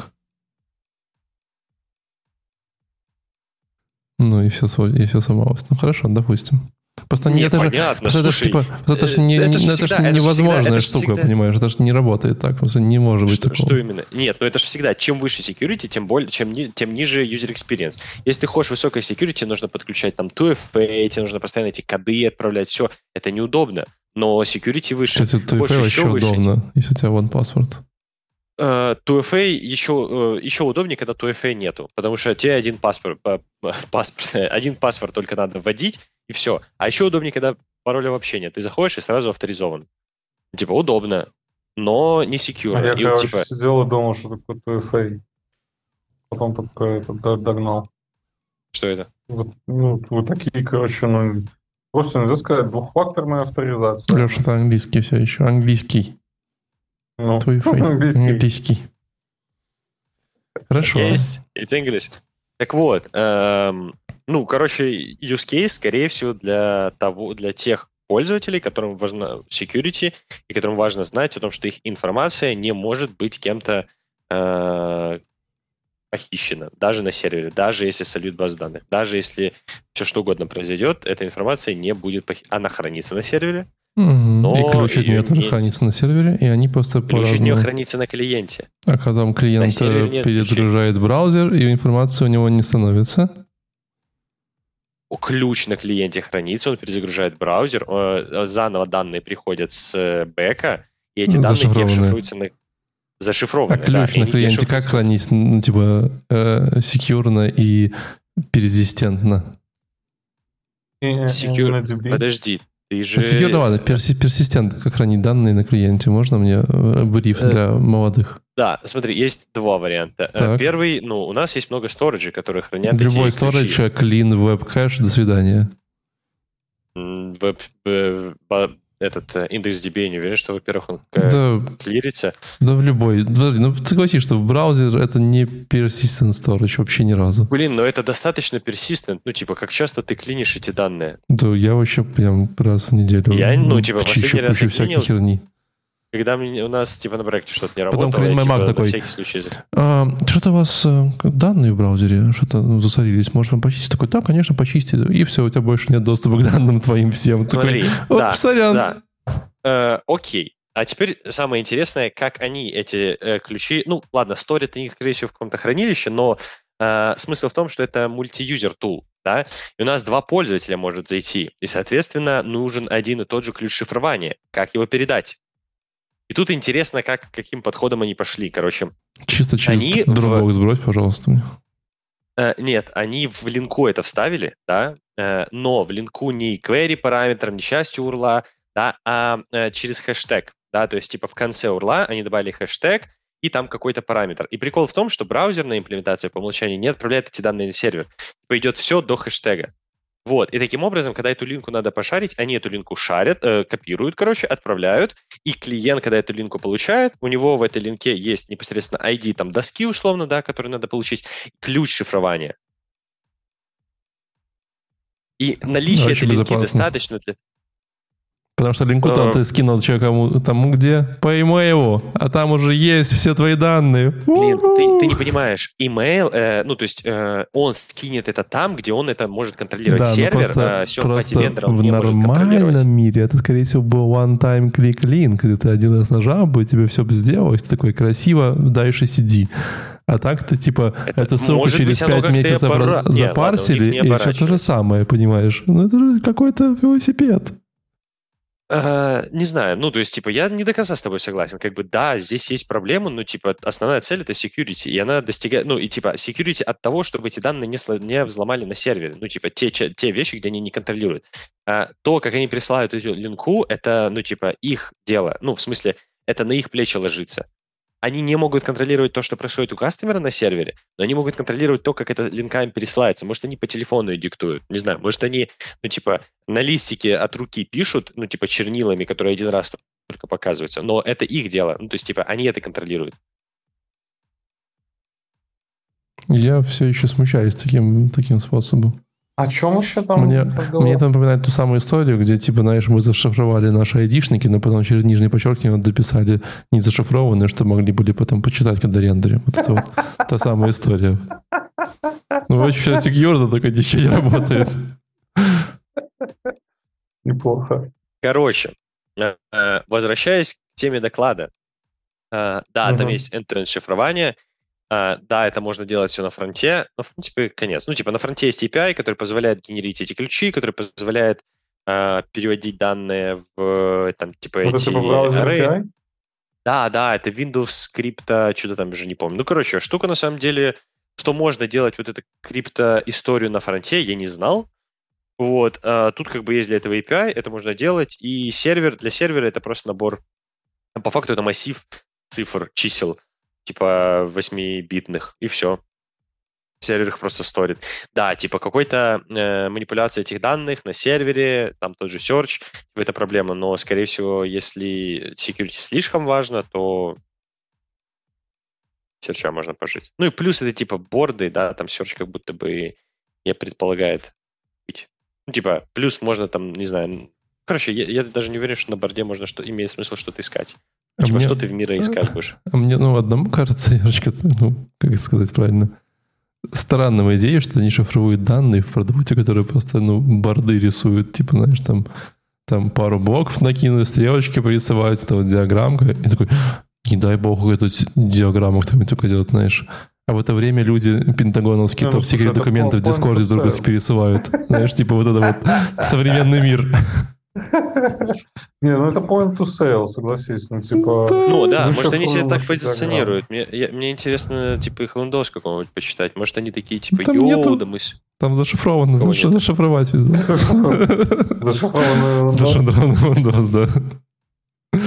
Ну и все, сво- и все сломалось. Ну хорошо, допустим. Просто не, Не, это же, понятно, просто это ж, слушай, типа, просто это же э, не, это не- ж ну, это ж всегда- это ж невозможная всегда- это ж штука, всегда- понимаешь? Это же не работает так. Просто не может быть Что, такого. что именно? Нет, ну это же всегда, чем выше security, тем, более, чем ни- тем ниже user experience. Если ты хочешь высокой security, нужно подключать там two эф эй, тебе нужно постоянно эти коды отправлять, все. Это неудобно, но security выше. Кстати, two Хочешь эф эй еще вообще выше? удобно, если у тебя one password. Э, two эф эй еще, э, еще удобнее, когда two эф эй нету, потому что тебе один паспорт, па- па- паспорт, один паспорт только надо вводить, и все. А еще удобнее, когда пароля вообще нет. Ты заходишь и сразу авторизован. Типа удобно, но не А секьюрно. я, И, короче, типа, сидел и думал, что такое two эф эй. Потом только это д- догнал. что это? Вот, ну, вот такие, короче, ну, просто нельзя сказать, двухфакторная авторизация. Леша, это английский все еще. Английский. Ну, two эф эй. английский. Английский. Хорошо. Yes, it's English. Так вот, эм, ну, короче, use case, скорее всего, для того, для тех пользователей, которым важна security, и которым важно знать о том, что их информация не может быть кем-то э, похищена, даже на сервере, даже если сольют баз данных, даже если все что угодно произойдет, эта информация не будет похищена. Она хранится на сервере, Мгм. но И ключ от её нее тоже не- хранится на сервере, и они просто ключ от нее по-разному... хранится на клиенте. А когда На клиент сервере э, нет перезагружает браузер, и информация у него не становится, Ключ на клиенте хранится, он перезагружает браузер, э, заново данные приходят с бэка, и эти данные Зашифрованные. дешифруются на... а Зашифрованные, да, ключ и на они клиенте как дешифруются. хранить? Ну, типа, э, секьюрно и персистентно. И, и- Secure- и на ди би. Подожди, ты же... Ну, секьюрно, ладно, перси- персистентно, как хранить данные на клиенте. Можно мне э, бриф Э, для молодых? Да, смотри, есть два варианта. Э, Так. Первый, ну, у нас есть много сториджей, которые хранят Любой эти ключи. storage, clean, web cache, до свидания. М, Веб, э, ба- этот э, индекс ди би, я не уверен, что, во-первых, он э, Да, клирится. да в любой. Подожди, ну согласись, что в браузер это не persistent storage вообще ни разу. Блин, но это достаточно persistent. Ну, типа, как часто ты клинишь эти данные? Да я вообще прям раз в неделю Я, ну, типа, чищу последний раз кучу я всякой клинил, херни. Когда мне- у нас, типа, на проекте что-то не Потом работало, я, Clean My Mac типа, на такой. всякий случай... за- А, что-то у вас э, данные в браузере что-то ну, засорились. Может, вам почистить? Такой, да, конечно, почисти. И все, у тебя больше нет доступа к данным твоим всем. Смотри, Такой, оп, да, сорян. да. Э, окей. А теперь самое интересное, как они эти э, ключи... Ну, ладно, сторят они, скорее всего, в каком-то хранилище, но э, смысл в том, что это мульти-юзер тул, да? И у нас два пользователя может зайти. И, соответственно, нужен один и тот же ключ шифрования. Как его передать? И тут интересно, как, каким подходом они пошли. Короче, Чисто через Они в- Dropbox сбрось, пожалуйста. мне. Э, нет, они в линку это вставили, да, э, но в линку не query параметром, не частью урла, да, а э, через хэштег, да, то есть типа в конце урла они добавили хэштег и там какой-то параметр. И прикол в том, что браузерная имплементация по умолчанию не отправляет эти данные на сервер. Типа идет все до хэштега. Вот, и таким образом, когда эту линку надо пошарить, они эту линку шарят, э, копируют, короче, отправляют, и клиент, когда эту линку получает, у него в этой линке есть непосредственно ай ди там доски условно, да, который надо получить, ключ шифрования. И наличие Очень этой линки безопасно. достаточно для... Потому что линку там А. ты скинул человеку, тому где? По имейлу, а там уже есть все твои данные. Блин, ты, ты не понимаешь, имейл, э, ну, то есть э, он скинет это там, где он это может контролировать. Да, но Сервер, просто, э, third-party просто vendor он в не может контролировать. нормальном мире это, скорее всего, был one-time click link, где ты один раз нажал бы, тебе все бы сделалось, ты такой красиво, дальше сиди. А так-то, типа, Это эту ссылку может через быть, оно пять как-то и месяцев обора- раз- Не, запарсили, ладно, у них не и все то же оборачивается. самое, понимаешь? Ну, это же какой-то велосипед. Э, не знаю, ну, то есть, типа, я не до конца с тобой согласен. Как бы, да, здесь есть проблема, но, типа, основная цель — это security, и она достигает, ну, и, типа, security от того, чтобы эти данные не, сло- не взломали на сервере, ну, типа, те, че- те вещи, где они не контролируют. А то, как они присылают эту линку, это, ну, типа, их дело, ну, в смысле, это на их плечи ложится. Они не могут контролировать то, что происходит у кастомера на сервере, но они могут контролировать то, как эта линка им пересылается. Может, они по телефону ее диктуют, не знаю. Может, они, ну, типа, на листике от руки пишут, ну, типа, чернилами, которые один раз только показываются. Но это их дело. Ну, то есть, типа, они это контролируют. Я все еще смущаюсь таким, таким способом. О чем еще там Мне, разговор? мне это напоминает ту самую историю, где, типа, знаешь, мы зашифровали наши айдишники, но потом через нижнее подчеркивание дописали не зашифрованные, что могли были потом почитать, когда рендерим. Вот это вот та самая история. Ну, очень все секьюрно, только ничего не работает. Неплохо. Короче, э, э, возвращаясь к теме доклада. Э, да, там Мгм. есть end-to-end шифрование. Э, да, это можно делать все на фронте, но в принципе конец. Ну, типа на фронте есть эй пи ай, который позволяет генерить эти ключи, который позволяет э, переводить данные в там типа Вот эти это по браузеру array. эй пи ай? Да, да, это Windows скрипта, что-то там уже не помню. Ну, короче, штука на самом деле, что можно делать вот эту крипто-историю на фронте, я не знал. Вот, а тут как бы есть для этого эй пи ай, это можно делать, и сервер, для сервера это просто набор, по факту это массив цифр, чисел, типа восьмибитных, и все. Сервер их просто сторит. Да, типа какой-то э, манипуляция этих данных на сервере, там тот же search, это проблема, но, скорее всего, если security слишком важно, то search можно пожить. Ну и плюс это типа борды, да, там search как будто бы не предполагает быть. Ну, типа, плюс можно там, не знаю, короче, я, я даже не уверен, что на борде можно, что имеет смысл что-то искать. А Типа, мне- что ты в мире искать будешь? А мне, ну, одному кажется, Ярочка, ну, как это сказать правильно, странным идеей, что они шифруют данные в продукте, которые просто, ну, борды рисуют, типа, знаешь, там, там пару блоков накинули, стрелочки порисовать, это вот диаграммка, и такой, не дай бог, эту диаграмму кто-нибудь только делает, знаешь. А в это время люди пентагоновские Не, ну, топ секрет слушай, это документы в point Дискорде of друг другу sale. пересылают. Знаешь, типа вот это вот современный мир. Не, ну это point to sale, согласись. Ну, типа... Ну, да, Вы может, они себя так шифруешь позиционируют. Мне, я- мне интересно, типа, их лендос какого-нибудь почитать. Может, они такие, типа, Там йоу, нету. да мы... с- Там зашифровано, Кого что нет? диаграмму. зашифровать. Зашифрованный Windows. Зашифрованный Windows, да.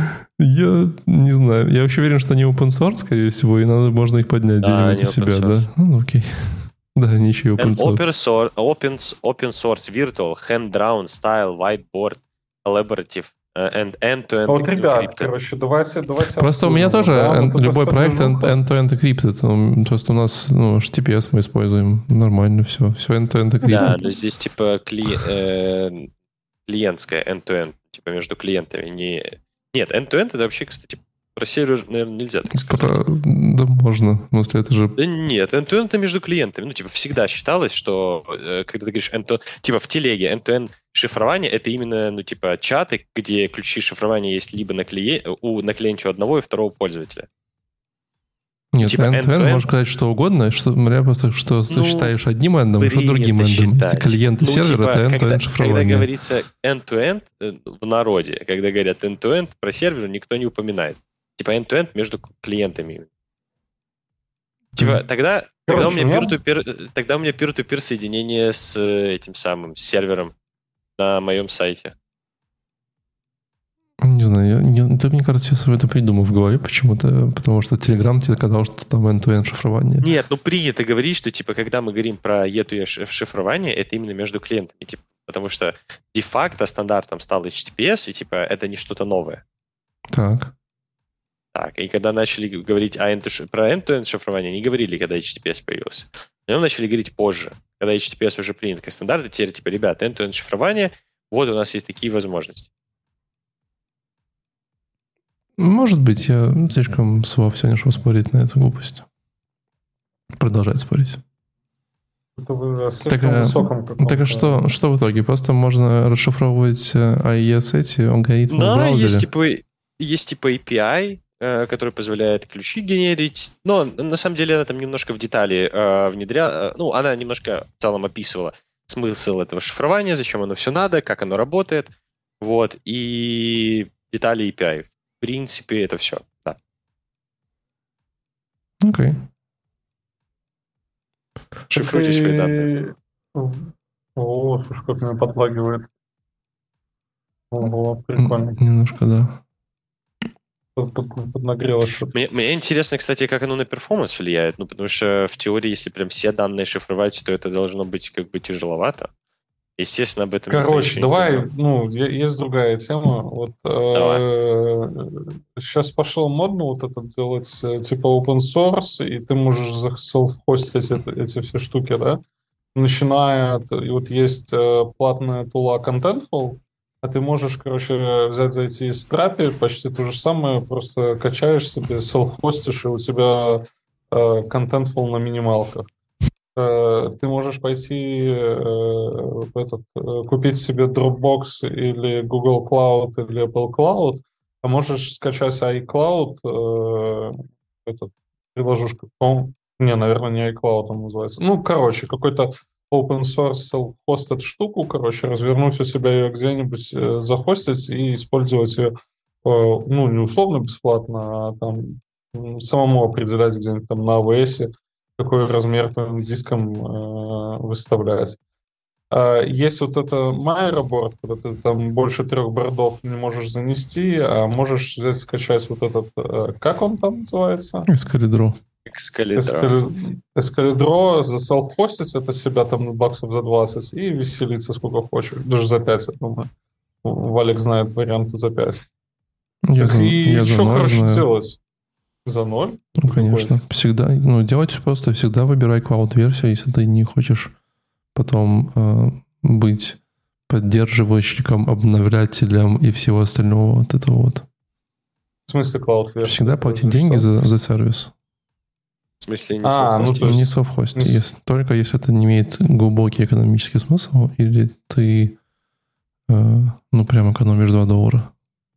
Я не знаю. Я вообще уверен, что они open source, скорее всего, и надо, можно их поднять Да, где-нибудь они у себя, open да? source. Ну, окей. Да, они еще и open And source. open source, open, open source virtual, hand-drawn style, whiteboard, collaborative, uh, and end-to-end Вот, ребят, encrypted. короче, давайте, давайте Просто у меня обсудим, тоже да, эн- вот это любой вся проект эн- движуха. end-to-end encrypted. Ну, просто у нас ну, эйч ти ти пи эс мы используем. Нормально все. Все end-to-end encrypted. Да, но здесь, типа, кли- э, клиентская end-to-end, типа, между клиентами. Не... Нет, end-to-end это вообще, кстати, про сервер, наверное, нельзя так сказать. Про- Да можно. В смысле, это же... Да нет, end-to-end это между клиентами. Ну, типа, всегда считалось, что, э, когда ты говоришь end-to-end, типа, в телеге end-to-end шифрование, это именно, ну, типа, чаты, где ключи шифрования есть либо на, клие... у, на клиенте у одного и второго пользователя. Нет, типа end-to-end end-to-end. можно сказать что угодно, что, смотря просто, что ты Ну, считаешь одним эндом, что другим принято эндом. Если считать. клиент и Ну, сервер, типа, это end-to-end когда, когда шифрование. говорится end-to-end э, в народе, когда говорят end-to-end, про сервер никто не упоминает. Типа end-to-end между клиентами. Типа тогда, тогда, у Короче, меня у меня- peer-to-peer, э, тогда у меня peer-to-peer соединение с э, этим самым с сервером на моем сайте. Не знаю, я, не- ты, мне кажется, я себе это придумал в голове почему-то, потому что Telegram тебе сказал, что там end-to-end шифрование. Нет, ну принято говорить, что типа когда мы говорим про и два шифрование, это именно между клиентами, типа, потому что де-факто стандартом стал эйч ти ти пи эс, и типа это не что-то новое. Так. Так, и когда начали говорить о end-to- про end-to-end шифрование, не говорили, когда эйч ти ти пи эс появился. На нем начали говорить позже, когда эйч ти ти пи эс уже принят как стандарт, и теперь, типа, ребят, end-to-end шифрование, вот у нас есть такие возможности. Может быть, я слишком слаб сегодня, чтобы спорить на эту глупость. Продолжать спорить. Это вы Так, а, так а что, что в итоге? Просто можно расшифровывать эй и эс эти алгоритмы да, в браузере? Есть типа, есть типа эй пи ай, э, который позволяет ключи генерить. Но на самом деле она там немножко в детали э, внедряла. Ну, она немножко в целом описывала смысл этого шифрования, зачем оно все надо, как оно работает. Вот. И детали эй пи ай. В принципе, это все. Да. Окей. Okay. Шифруйте свои данные. О, слушай, как меня подлагивает. Ого, прикольно. Немножко, да. Под, под, поднагрелось что-то. Мне, мне интересно, кстати, как оно на перформанс влияет. Ну, потому что в теории, если прям все данные шифровать, то это должно быть как бы тяжеловато. Естественно, об этом... Короче, давай, ну, есть другая тема. Вот э, сейчас пошло модно вот это делать типа open source, и ты можешь self-хостить это, эти все штуки, да? Начиная от... И вот есть э, платная тула Contentful, а ты можешь, короче, взять, зайти из Strapi, почти то же самое, просто качаешь себе, self-хостишь, и у тебя э, Contentful на минималках. Ты можешь пойти э, в этот, э, купить себе Dropbox или Google Cloud или Apple Cloud, а можешь скачать iCloud, э, этот, приложушка, не, наверное, не iCloud он называется. Ну, короче, какой-то open source self-hosted штуку, короче, развернуть у себя ее где-нибудь, э, захостить и использовать ее, э, ну, не условно бесплатно, а там самому определять где-нибудь там на эй ви эс, какой размер твоим диском э, выставлять. А есть вот это Майроборд, когда ты там больше трех бордов не можешь занести, а можешь взять, скачать вот этот, э, как он там называется? Excalibur. Excalibur. Excalibur, заселфхостить это себя там баксов за двадцать и веселиться сколько хочешь. Даже за пять, я думаю. Валик знает варианты за пять. Я за, и я что, короче, знаю. делать? За ноль? Ну, конечно. Какой? Всегда. Ну, делать просто всегда выбирай cloud-версию, если ты не хочешь потом э, быть поддерживающим, обновлятелем и всего остального вот этого вот. В смысле cloud-версия? Всегда платить деньги за, за сервис. В смысле не а, self-hosting? Ну, не self-hosting. Не... Если, только если это не имеет глубокий экономический смысл, или ты э, ну, прям экономишь два доллара.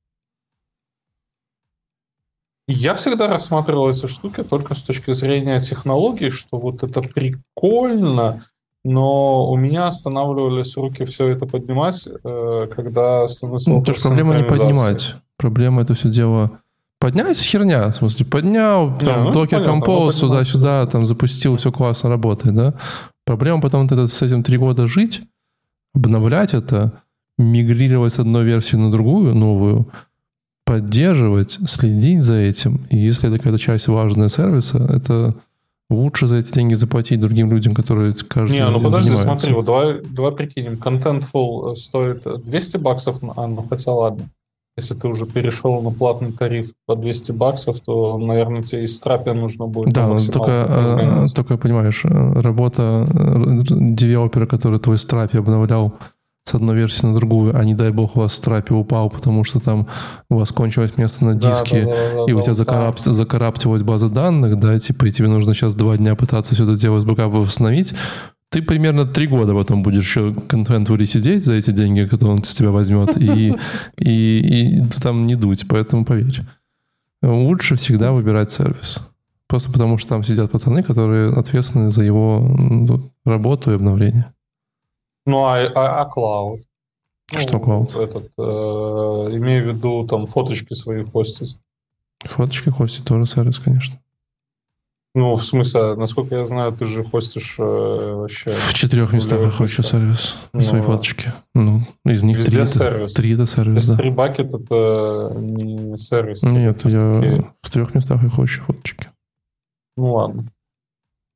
Я всегда рассматривал эти штуки только с точки зрения технологий, что вот это прикольно, но у меня останавливались руки все это поднимать, когда становится вопрос. Ну, то есть проблема не поднимать. Проблема это все дело поднять херня. В смысле, поднял, там, ну, Docker Compose, сюда-сюда, там, запустил, все классно работает, да? Проблема потом вот это, с этим три года жить, обновлять это, мигрировать с одной версии на другую, новую, поддерживать, следить за этим. И если это какая-то часть важная сервиса, это лучше за эти деньги заплатить другим людям, которые каждый день Не, ну подожди, занимаются. Смотри, вот давай, давай прикинем. Contentful стоит двести баксов, а ну хотя ладно. Если ты уже перешел на платный тариф по двести баксов, то, наверное, тебе из Strapi нужно будет. Да, только, только, понимаешь, работа девелопера, который твой Strapi обновлял с одной версии на другую, а не дай бог у вас Strapi упал, потому что там у вас кончилось место на диске, да, да, да, и да, у тебя да, закарап... да. закараптилась база данных, да, типа, и тебе нужно сейчас два дня пытаться все это дело с бэкапа восстановить, ты примерно три года потом будешь еще контент-ури сидеть за эти деньги, которые он с тебя возьмет, и, и, и там не дуть, поэтому поверь. Лучше всегда выбирать сервис. Просто потому, что там сидят пацаны, которые ответственны за его работу и обновление. Ну, а, а, а Cloud? Что ну, Cloud? Этот, э, имею в виду, там, фоточки свои хостить. Фоточки хостить тоже сервис, конечно. Ну, в смысле, насколько я знаю, ты же хостишь э, вообще... В четырех местах я хощу сервис. Ну, свои фоточки. Ну, из них три, сервис. три это сервис, да. три бакет это не сервис. Нет, я в трех местах я хощу фоточки. Ну, ладно.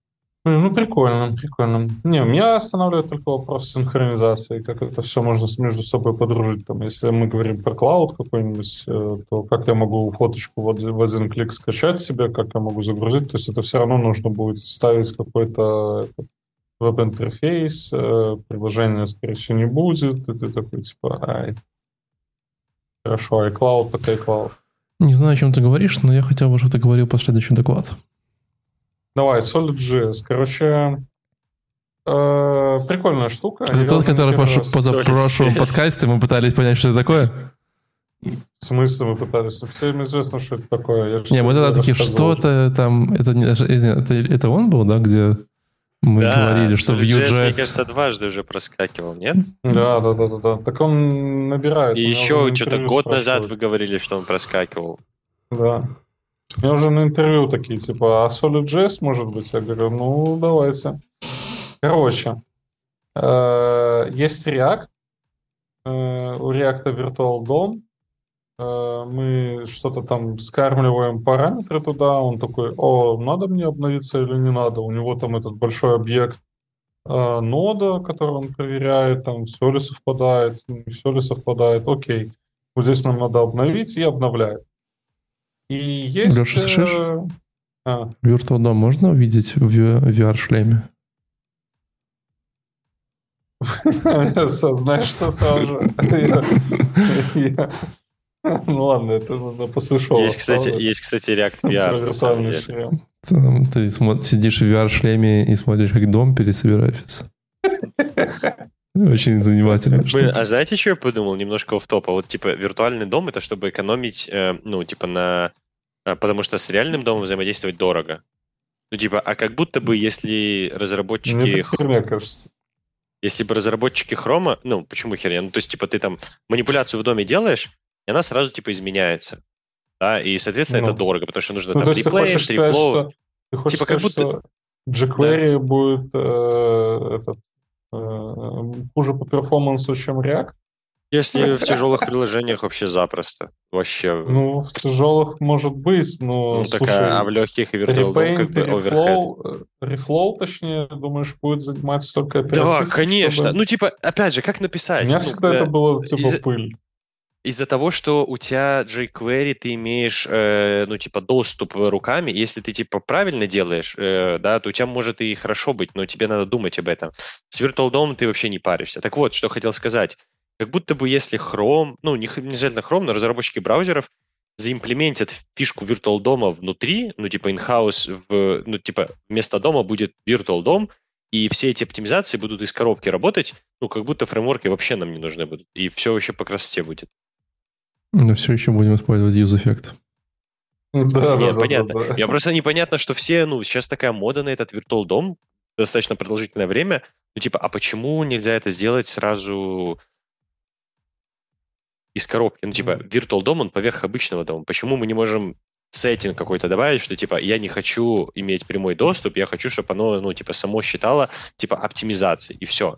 Ну, прикольно, прикольно. Не, меня останавливает только вопрос синхронизации, как это все можно между собой подружить. Там, если мы говорим про клауд какой-нибудь, то как я могу фоточку в один клик скачать себе, как я могу загрузить. То есть это все равно нужно будет ставить какой-то веб-интерфейс, приложения, скорее всего, не будет. И ты такой, типа, ай, хорошо, iCloud, так iCloud. Не знаю, о чем ты говоришь, но я хотел бы, чтобы ты говорил последующий доклад. Давай, Solid.js. Короче, э, прикольная штука. Это тот, который в позапрошлом подкасте мы пытались понять, что это такое? В смысле мы пытались? Всем известно, что это такое. Не, мы тогда такие, что-то там... Это, это, это он был, да, где мы да, говорили, что Vue.js... Мне кажется, дважды уже проскакивал, нет? Да, да, да, да, да. Так он набирает. И еще что-то год назад вы говорили, что он проскакивал. Да. Мне уже на интервью такие, типа, а Solid.js, может быть? Я говорю, ну, давайте. Короче, есть React. У React Virtual дом. Мы что-то там скармливаем параметры туда. Он такой, о, надо мне обновиться или не надо? У него там этот большой объект нода, который он проверяет, там все ли совпадает, не все ли совпадает. Окей. Вот здесь нам надо обновить, и обновляет. И есть... Леша, слышишь? А. Virtual дом можно увидеть в ви ар-шлеме? Знаешь, что сам же? Ну ладно, это надо после шоу. Есть, кстати, есть, кстати, React ви ар. Ты сидишь в ви ар-шлеме и смотришь, как дом пересобирается. Очень занимательно. Блин, а знаете, что я подумал? Немножко офф-топа. Вот, типа, виртуальный дом — это чтобы экономить, э, ну, типа, на... Потому что с реальным домом взаимодействовать дорого. Ну, типа, а как будто бы, если разработчики... Мне это херня, кажется. Если бы разработчики Хрома... Ну, почему херня? Ну, то есть, типа, ты там манипуляцию в доме делаешь, и она сразу, типа, изменяется. Да, и, соответственно, ну, это дорого, потому что нужно ну, там реплей, рефлоу. Ты хочешь типа, сказать, как будто... что jQuery да. будет э, этот, э, хуже по перформансу, чем React? Если в тяжелых приложениях вообще запросто. Вообще. Ну, в тяжелых может быть, но, ну, слушай... Так, а в легких и Virtual дом как бы overhead. Reflow, точнее, думаешь, будет занимать столько операций? Да, конечно. Чтобы... Ну, типа, опять же, как написать? У меня ну, всегда э, это было, типа, из- пыль. Из-за того, что у тебя jQuery, ты имеешь, э, ну, типа, доступ руками, если ты, типа, правильно делаешь, э, да, то у тебя может и хорошо быть, но тебе надо думать об этом. С Virtual дом ты вообще не паришься. Так вот, что хотел сказать. Как будто бы если Chrome, ну, не обязательно Chrome, но разработчики браузеров заимплементят фишку Virtual дома внутри, ну, типа, in-house, в, ну, типа, вместо дома будет Virtual дом, и все эти оптимизации будут из коробки работать, ну, как будто фреймворки вообще нам не нужны будут, и все вообще по красоте будет. Но все еще будем использовать use-эффект. Да, Нет, да, понятно. Да, да. Я просто непонятно, что все, ну, сейчас такая мода на этот Virtual дом достаточно продолжительное время. Ну, типа, а почему нельзя это сделать сразу из коробки? Ну, типа, Virtual дом, он поверх обычного дома. Почему мы не можем сеттинг какой-то добавить, что, типа, я не хочу иметь прямой доступ, я хочу, чтобы оно, ну, типа, само считало, типа, оптимизацией, и все.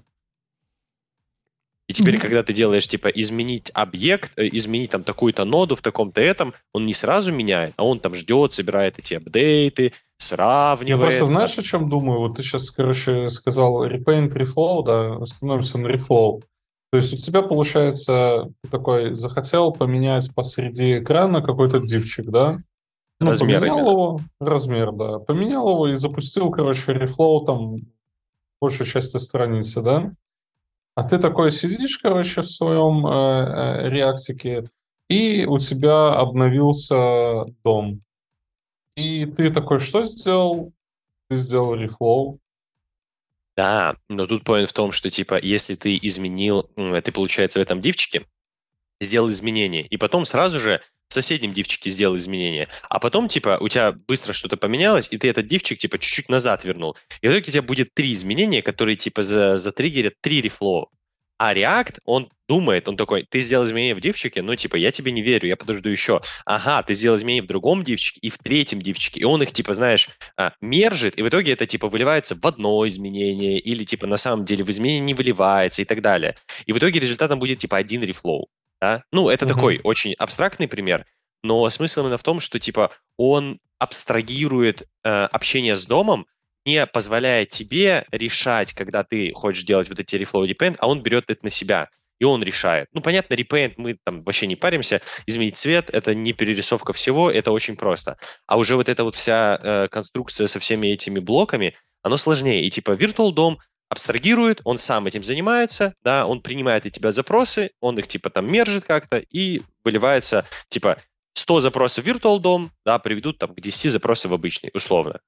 И теперь, mm-hmm. когда ты делаешь, типа, изменить объект, изменить там такую-то ноду в таком-то этом, он не сразу меняет, а он там ждет, собирает эти апдейты, сравнивает. Я просто знаешь, о чем думаю? Вот ты сейчас, короче, сказал repaint, reflow, да, остановимся на reflow. То есть у тебя, получается, ты такой захотел поменять посреди экрана какой-то дивчик, да? Ну, размер поменял именно. его, размер, да. Поменял его и запустил, короче, reflow там в большей части страницы, да? А ты такой сидишь, короче, в своем э, реактике, и у тебя обновился дом. И ты такой, что сделал? Ты сделал reflow. Да, но тут point в том, что, типа, если ты изменил, ты, получается, в этом дивчике сделал изменения, и потом сразу же в соседнем дивчике сделал изменения, а потом, типа, у тебя быстро что-то поменялось, и ты этот дивчик, типа, чуть-чуть назад вернул. И в итоге у тебя будет три изменения, которые, типа, за, затриггерят три рефлоу. А React, он думает, он такой, ты сделал изменения в дивчике, ну, типа, я тебе не верю, я подожду еще. Ага, ты сделал изменения в другом дивчике и в третьем дивчике, и он их, типа, знаешь, мержит, и в итоге это, типа, выливается в одно изменение, или, типа, на самом деле в изменение не выливается и так далее. И в итоге результатом будет, типа, один рефлоу. Да? Ну, это mm-hmm. такой очень абстрактный пример, но смысл именно в том, что, типа, он абстрагирует э, общение с домом не позволяет тебе решать, когда ты хочешь делать вот эти reflow repaint, а он берет это на себя, и он решает. Ну, понятно, repaint мы там вообще не паримся, изменить цвет, это не перерисовка всего, это очень просто. А уже вот эта вот вся э, конструкция со всеми этими блоками, оно сложнее. И типа Virtual дом абстрагирует, он сам этим занимается, да, он принимает от тебя запросы, он их типа там мержит как-то и выливается, типа сто запросов в Virtual дом, да, приведут там к десяти запросов в обычный, условно.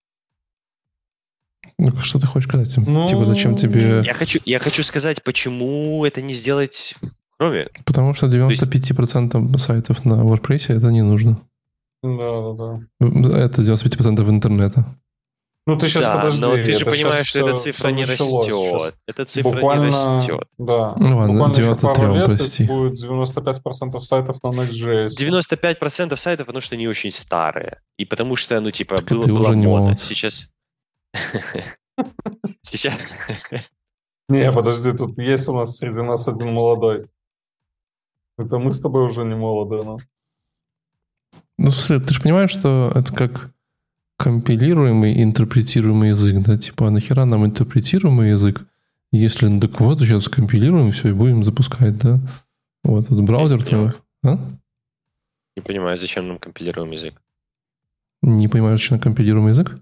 Ну, что ты хочешь сказать? Ну, Типа, зачем тебе... Я хочу, я хочу сказать, почему это не сделать в Chrome. Потому что девяносто пять процентов сайтов на WordPress это не нужно. Да, да, да. Это девяносто пять процентов интернета. Ну, ты сейчас да, подожди. но ты же это понимаешь, что все, эта цифра не началось. растет. Сейчас Эта цифра буквально, не растет. Да. Ну ладно, буквально девяносто три, еще пару лет прости. будет девяносто пять процентов сайтов на Next.js. девяносто пять процентов сайтов, потому что они очень старые. И потому что, ну, типа, Так было, ты была уже не мода. молод. Сейчас... Сейчас... Не, подожди, тут есть у нас среди нас один молодой. Это мы с тобой уже не молодые, но... Ну, слушай, ты же понимаешь, что это как компилируемый, интерпретируемый язык, да? Типа, а нахера нам интерпретируемый язык, если, ну, так вот, сейчас компилируем, все, и будем запускать, да? Вот, этот браузер твой... А? Не понимаю, зачем нам компилируем язык. Не понимаешь, зачем компилируемый язык?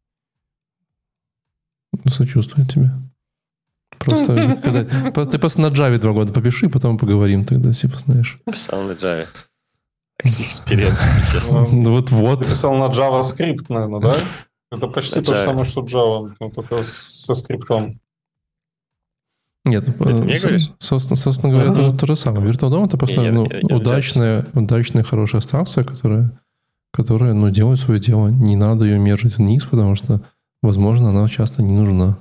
Ну, сочувствую тебе. Просто, когда, ты просто на Java два года попиши, потом поговорим тогда, типа, знаешь. Писал на Java. Экспириенс, если честно. Ну, вот-вот. Ты писал на JavaScript, наверное, да? Это почти На то же Java. самое, что Java, но только со скриптом. Нет, мне со- говоришь? собственно, собственно говоря, Ага. то, то же самое. Virtual дом это просто Не, я- ну, я- я удачная, удачная, хорошая абстракция, которая, которая ну, делает свое дело. Не надо ее мержить вниз, потому что, возможно, она часто не нужна.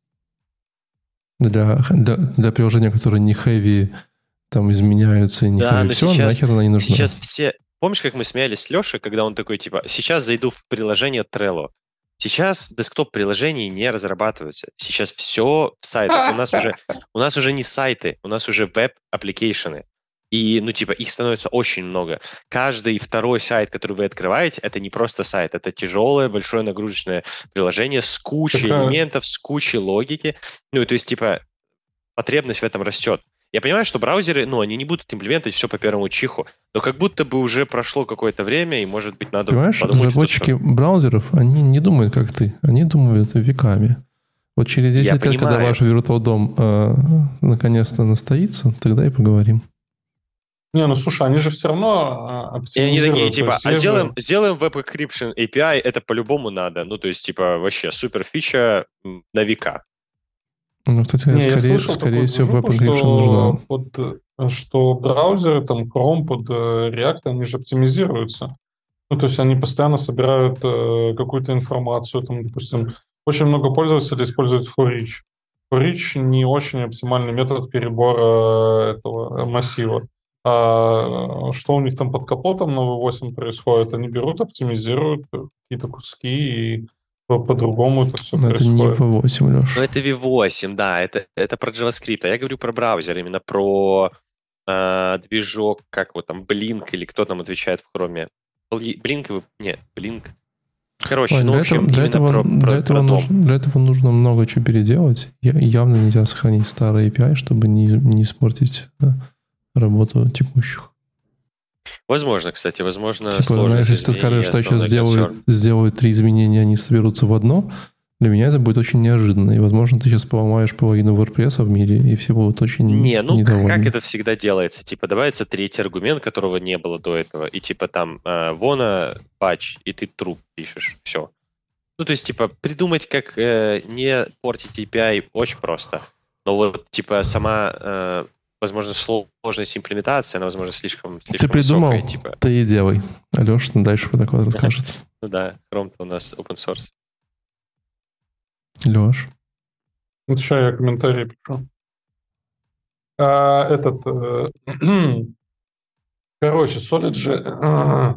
Для, для, для приложения, которые не heavy, там изменяются и не Да, heavy, но все, сейчас- нахер она не нужна. Сейчас все... Помнишь, как мы смеялись с Лешей, когда он такой, типа, сейчас зайду в приложение Trello. Сейчас десктоп-приложения не разрабатываются. Сейчас все в сайтах. У нас уже, у нас уже не сайты, у нас уже веб-аппликейшены. И, ну, типа, их становится очень много. Каждый второй сайт, который вы открываете, это не просто сайт, это тяжелое, большое нагрузочное приложение с кучей Так, а- элементов, с кучей логики. Ну, то есть, типа, потребность в этом растет. Я понимаю, что браузеры, ну, они не будут имплементировать все по первому чиху, но как будто бы уже прошло какое-то время, и, может быть, надо Понимаешь, подумать, разработчики что... браузеров, они не думают, как ты. Они думают веками. Вот через десять Я лет, когда понимаю. ваш Virtual дом э, наконец-то настоится, тогда и поговорим. Не, ну слушай, они же все равно а, И они оптимизируют. такие, то типа, есть а есть же- сделаем, сделаем Web Encryption эй пи ай, это по-любому надо. Ну, то есть, типа, вообще супер фича м, на века. Ну, кстати, Не, я скорее, слышал скорее такую всего, Web движуху, Encryption нужна. что, под, э, что браузеры, там, Chrome под э, React, они же оптимизируются. Ну, то есть они постоянно собирают э, какую-то информацию. Там, допустим, очень много пользователей используют forEach. forEach не очень оптимальный метод перебора этого массива. А что у них там под капотом на ви восемь происходит? Они берут, оптимизируют какие-то куски, и по- по-другому это все Но это не происходит. ви восемь, Леш. Ну, это ви восемь, да, это, это про JavaScript. А я говорю про браузер, именно про э, движок, как вот там, Blink, или кто там отвечает в Chrome. Blink, нет, Blink. Короче, Ой, ну, в для, общем, этого, для, именно этого, про, для, про- этого про дом. нужно, для этого нужно много чего переделать. Я- Явно нельзя сохранить старый эй пи ай, чтобы не, не испортить да, работу текущих. Возможно, кстати, возможно, Типа, сложность знаешь, если ты изменений, скажешь, что сейчас основной сделают, концерн. сделают три изменения, они соберутся в одно, для меня это будет очень неожиданно. И, возможно, ты сейчас поломаешь половину WordPress в мире, и все будут очень Не, ну недовольны. как это всегда делается? Типа добавится третий аргумент, которого не было до этого, и типа там э, вона патч, и ты труп пишешь, все. Ну то есть типа придумать, как э, не портить эй пи ай, очень просто. Но вот типа сама, э, возможно, сложность имплементации, она, возможно, слишком, слишком Ты придумал, высокая. Типа. ты и делай. Алеша дальше про такое расскажет. Ну да, Chrome-то у нас open source. Леш. Вот сейчас я комментарий пишу. А, этот... э, короче, Solid же... а,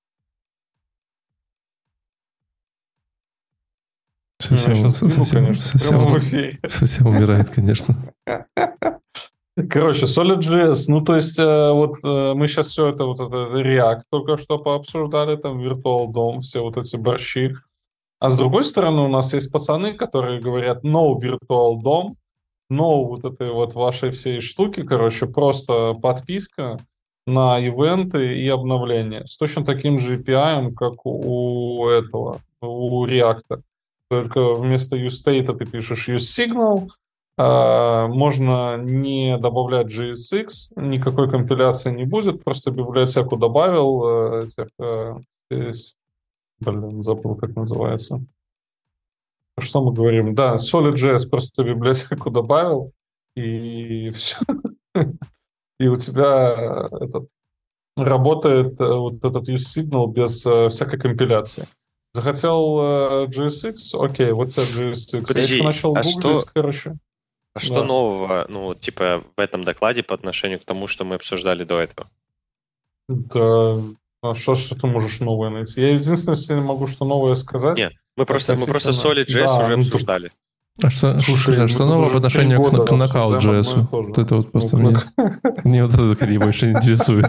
Совсем, я щас совсем, скину, конечно, в прямом совсем, эфире. совсем умирает, конечно. Короче, Solid.js, ну, то есть, э, вот э, мы сейчас все это, вот это React только что пообсуждали, там, Virtual дом, все вот эти борщи. А с другой стороны, у нас есть пацаны, которые говорят no virtual дом, no вот этой вот вашей всей штуки, короче, просто подписка на ивенты и обновления с точно таким же эй пи ай, как у этого, у React. Только вместо useState ты пишешь useSignal, а, можно не добавлять джей эс икс, никакой компиляции не будет, просто библиотеку добавил этих, здесь, блин, забыл, как называется. Что мы говорим? Да, Solid.js просто библиотеку добавил, и все. И у тебя этот, работает вот этот useSignal без всякой компиляции. Захотел джей эс икс? Окей, вот тебе джей эс икс. Подожди, Я еще начал а гуглить, что, короче. А что Да. нового, ну, типа, в этом докладе по отношению к тому, что мы обсуждали до этого? Да, а что, что ты можешь новое найти? Я единственное, если могу что новое сказать. Нет, мы просто, мы просто относительно- Solid.js Да, уже ну, обсуждали. А что, Слушай, что, мы что тут нового уже по отношению три к, года к Knockout.js? обсуждаем одно и то же. Вот это вот просто Ну, мне, мне вот это скорее больше интересует.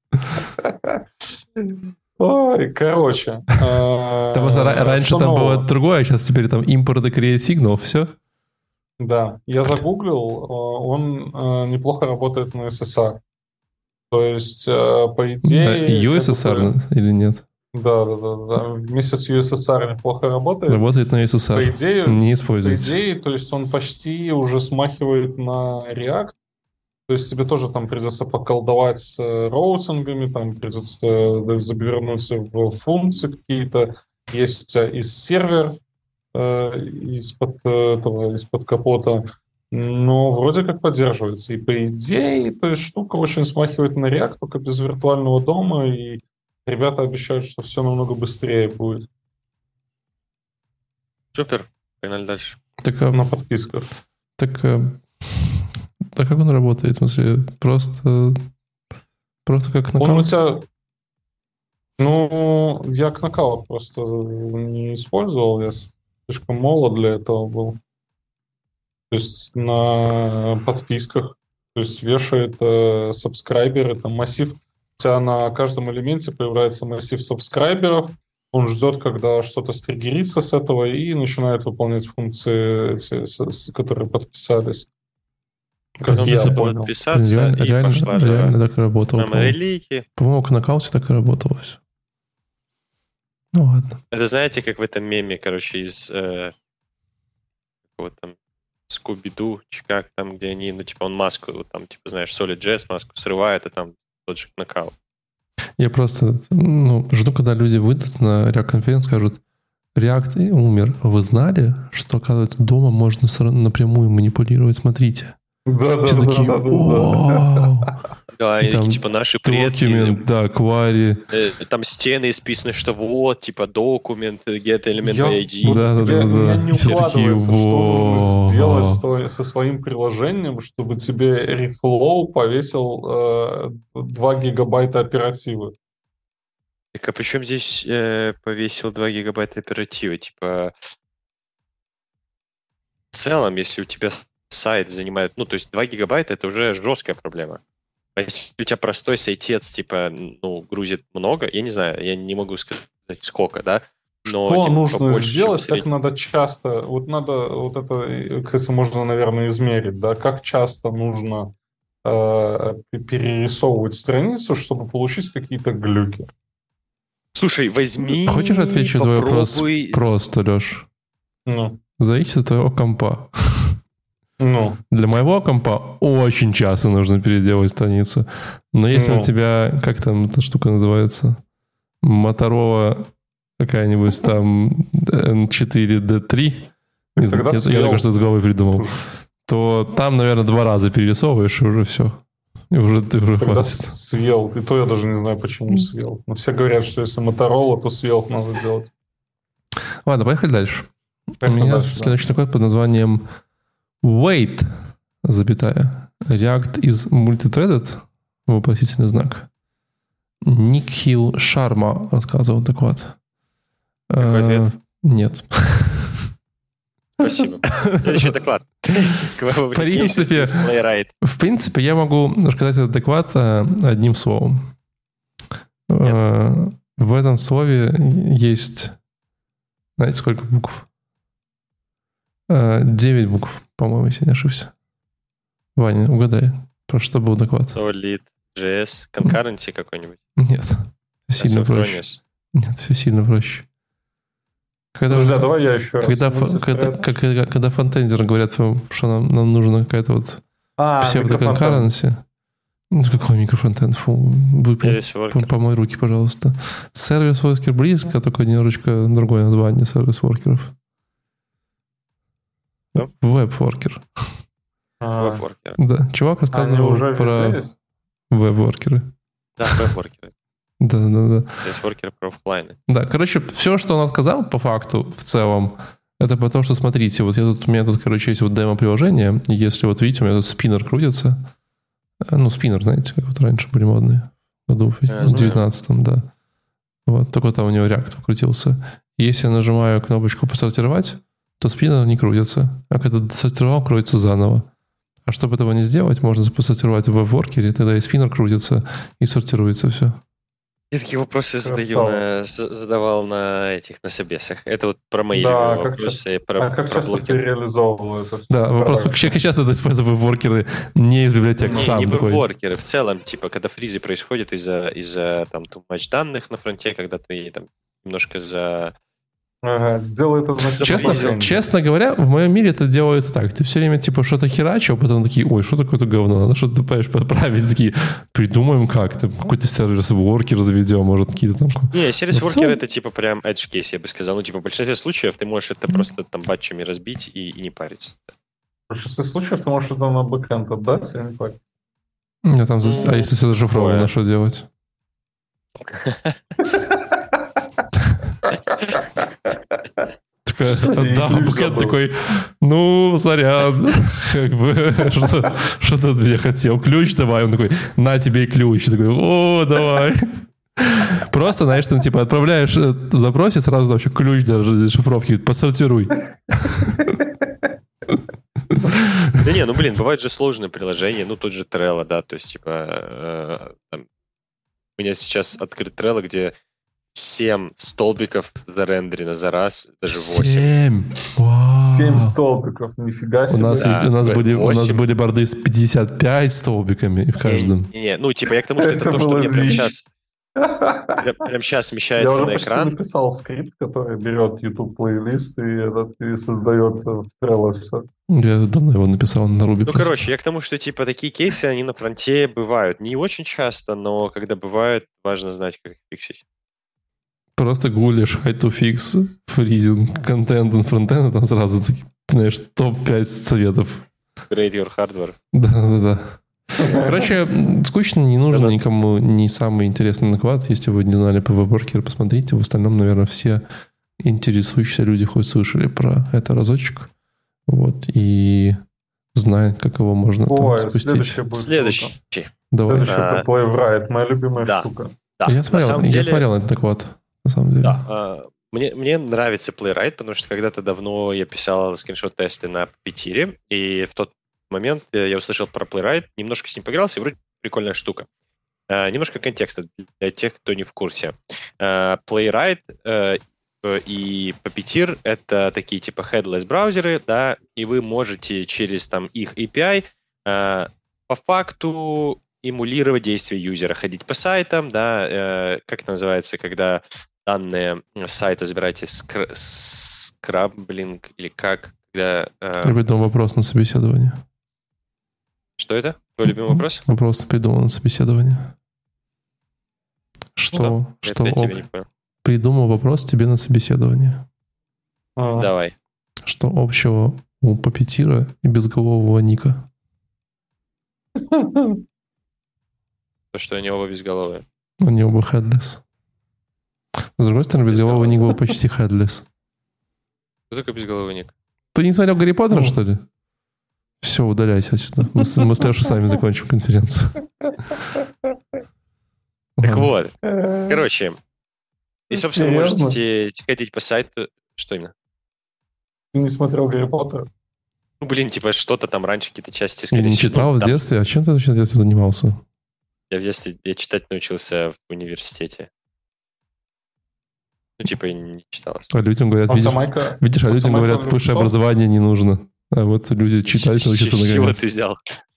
Ой, короче. э, Там просто ра- раньше что там было нового? другое, а сейчас теперь там импорт и create signal, все. Да, я загуглил, э, он э, неплохо работает на эс эс ар. То есть, э, по идее... ю как эс эс ар бы- или нет? Да, да, да, да. Вместе с ю эс эс ар неплохо работает. Работает на ю эс эс ар. По идее, Не По используется. идее, то есть он почти уже смахивает на React. То есть тебе тоже там придется поколдовать с э, роутингами, там придется э, завернуться в функции какие-то. Есть у тебя и сервер э, из-под э, этого, из-под капота, но вроде как поддерживается. И по идее, то есть штука очень смахивает на React, только без виртуального дома, и ребята обещают, что все намного быстрее будет Супер, погнали дальше. Так, а, на подписках. так, а, а как он работает? В смысле, просто, просто как Он у нокаут? тебя... Ну, я кнокаут просто не использовал, я слишком молод для этого был. То есть на подписках, то есть вешает э, сабскрайберы, там массив, у тебя на каждом элементе появляется массив сабскрайберов, он ждет, когда что-то стригерится с этого и начинает выполнять функции, эти, с- с- которые подписались. Как Потом я надо понял. было подписаться, Реально, и реально, пошла жара. реально так и работало. Там По-моему, релики. по-моему, к нокауте так и работало все. Ну ладно. Это знаете, как в этом меме, короче, из э, вот там Скуби-Ду, как там, где они, ну, типа, он маску, там, типа, знаешь, Solid.js маску срывает, и там тот же нокаут. Я просто ну, жду, когда люди выйдут на React-конференцию, скажут, React умер. Вы знали, что, оказывается, дома можно сра- напрямую манипулировать? Смотрите. Да, да, Все да, такие, да, да, да. вау. Да, И они там такие, типа, наши предки, Документ, да, query. э, там стены исписаны, что вот, типа, документ, get element Я- ай ди. вот Да, да, я- да, у меня да. не Все такие, укладывается, что нужно «Во». сделать с твоей- со своим приложением, чтобы тебе Reflow повесил э, два гигабайта оперативы. Так, а при чем здесь э, повесил два гигабайта оперативы? Типа, в целом, если у тебя сайт занимает, ну, то есть два гигабайта, это уже жесткая проблема. А если у тебя простой сайтец, типа, ну, грузит много, я не знаю, я не могу сказать, сколько, да? Но, Что типа, нужно побольше, чем сделать, как средний. надо часто, вот надо, вот это, э, кстати, можно, наверное, измерить, да, как часто нужно э, перерисовывать страницу, чтобы получить какие-то глюки. Слушай, возьми, Хочешь отвечу на твой вопрос попробуй... просто, Леш? Ну, Зависит от твоего компа. ну, Для моего компа очень часто нужно переделывать страницу. Но если Ну. у тебя, как там эта штука называется? Motorola какая-нибудь там эн четыре ди три. Не знаю, Тогда я, я съел. только что с головой придумал. То там, наверное, два раза перерисовываешь, и уже все. И уже ты уже Когда хватит. свел, и то я даже не знаю, почему свел. Но все говорят, что если Motorola, то свел надо делать. Ладно, поехали дальше. Поехали У меня дальше, да. следующий доклад под названием Wait, запятая. React is multithreaded? Вопросительный знак. Ник Хилл Шарма рассказывал доклад. Какой Э, ответ? Нет. Спасибо. Следующий доклад. В принципе, Playwright. В принципе, я могу рассказать этот доклад э, одним словом. Э, В этом слове есть Знаете, сколько букв? Девять букв, по-моему, если не ошибся. Ваня, угадай, про что был доклад? Solid, джей эс, concurrency какой-нибудь? Нет, все сильно проще. Нет, все сильно проще. Когда, Друзья, вот, давай я еще когда, раз. Ф, когда, когда, когда фронтендеры говорят, что нам, нам нужна какая-то вот а, псевдоконкуренция. Ну, какой микрофронтенд? Фу, выпил. Помой руки, пожалуйста. Сервис-воркер близко, только немножечко другое название сервис-воркеров. Веб-воркер. Веб-воркеры. Да, чувак рассказывал уже про веб-воркеры. Да, веб-воркеры. Да, да, да. Веб-воркеры про оффлайны. Да, короче, все, что он рассказал по факту в целом, это потому, что, смотрите, вот я тут, у меня тут, короче, есть вот демо-приложение, и если вот видите, у меня тут спиннер крутится. Ну, спиннер, знаете, как вот раньше были модные. В году в девятнадцатом, да. Вот, только там у него React крутился. И если я нажимаю кнопочку «Посортировать», то спиннер не крутится. А когда сортировал, крутится заново. А чтобы этого не сделать, можно посортировать в веб-воркере, тогда и спиннер крутится, и сортируется все. Я такие вопросы задаю на, задавал на этих, на собесах. Это вот про мои да, вопросы. Как про, а как про часто ты реализовывал это? Да, вопрос, как часто ты используешь веб-воркеры не из библиотек не, сам? Не такой. веб-воркеры, в целом, типа, когда фризы происходят из-за, из-за там, too much данных на фронте, когда ты там немножко за... Ага, сделай это значит, честно, честно говоря, в моем мире это делается так. Ты все время типа что-то херачил, потом такие, ой, что такое-то говно, надо что-то, понимаешь, подправить. Такие, придумаем как-то, какой-то сервис-воркер заведем, может, какие-то там... Не, сервис-воркер это типа прям edge case, я бы сказал. Ну, типа, в большинстве случаев ты можешь это просто там батчами разбить и, и не париться. В большинстве случаев ты можешь это на бэкэнд отдать, и не париться. А, там, ну, а если все зашифровано, что делать? Да, букет такой, ну, сорян, как бы, что, что ты от меня хотел? Ключ давай. Он такой, на тебе и ключ. Такой, о, давай. Просто, знаешь, ты типа отправляешь в запросе, сразу вообще ключ для шифровки, посортируй. Да не, ну, блин, бывают же сложные приложения, ну, тот же Trello, да, то есть, типа, э, там, у меня сейчас открыт Trello, где семь столбиков зарендерено за раз, даже восемь. Семь? Семь столбиков, нифига себе. У нас, да, у, нас были, у нас были борды с пятьдесят пять столбиками в каждом. Не, не, ну, типа, я к тому, что это, это то, что мне прямо сейчас, прямо сейчас смещается я на уже экран. Я написал скрипт, который берет YouTube-плейлист и, этот, и создает в Trello все. Я давно его написал на Ruby. Ну, просто. короче, я к тому, что, типа, такие кейсы, они на фронте бывают. Не очень часто, но когда бывают, важно знать, как их фиксить. Просто гуглишь how to fix freezing content and frontend, там сразу такие, знаешь, топ пять советов. Grade your hardware. Да-да-да. Короче, скучно, не нужен да, никому не самый интересный наклад. Если вы не знали по веб-воркеру, посмотрите. В остальном, наверное, все интересующиеся люди хоть слышали про это разочек. Вот, и знают, как его можно Ой, там спустить. Следующий будет Следующий. Давай. Следующий а, Playwright, моя любимая да. штука. Да, я, смотрел, я деле... смотрел этот доклад. На самом деле. Да, э, мне, мне нравится Playwright, потому что когда-то давно я писал скриншот-тесты на Puppeteer, и в тот момент я услышал про Playwright, немножко с ним поигрался, и вроде прикольная штука. Э, немножко контекста для тех, кто не в курсе. Э, Playwright э, и Puppeteer — это такие типа headless браузеры, да, и вы можете через там их эй пи ай э, по факту эмулировать действия юзера, ходить по сайтам, да, э, как это называется, когда данные сайта забираете скр- скраблинг или как, когда... Э... Я придумал вопрос на собеседование. Что это? Твой любимый вопрос? Вопрос придумал на собеседование. Что? Ну, да. Что это об... я не понял. Придумал вопрос тебе на собеседование. А. Давай. Что общего у Puppeteer и безголового Ника? То, что они оба безголовые. Они оба headless. С другой стороны, безголовый Ник был почти headless. Кто такой безголовый Ник? Ты не смотрел Гарри Поттера, что ли? Все, удаляйся отсюда. Мы, мы с Лешей сами закончим конференцию. Так вот. Короче. И, собственно, Серьезно? можете ходить по сайту. Что именно? Ты не смотрел Гарри Поттера? Ну, блин, типа что-то там раньше, какие-то части. Я не всего, читал ну, в там... детстве. А чем ты вообще в детстве занимался? Я в детстве я читать научился в университете. Ну, типа, не читалось. А людям говорят, Вот видишь, Майка- видишь, а вот людям Майка говорят, высшее Люксов. образование не нужно. А вот люди читают, С научатся с чего наконец. ты взял?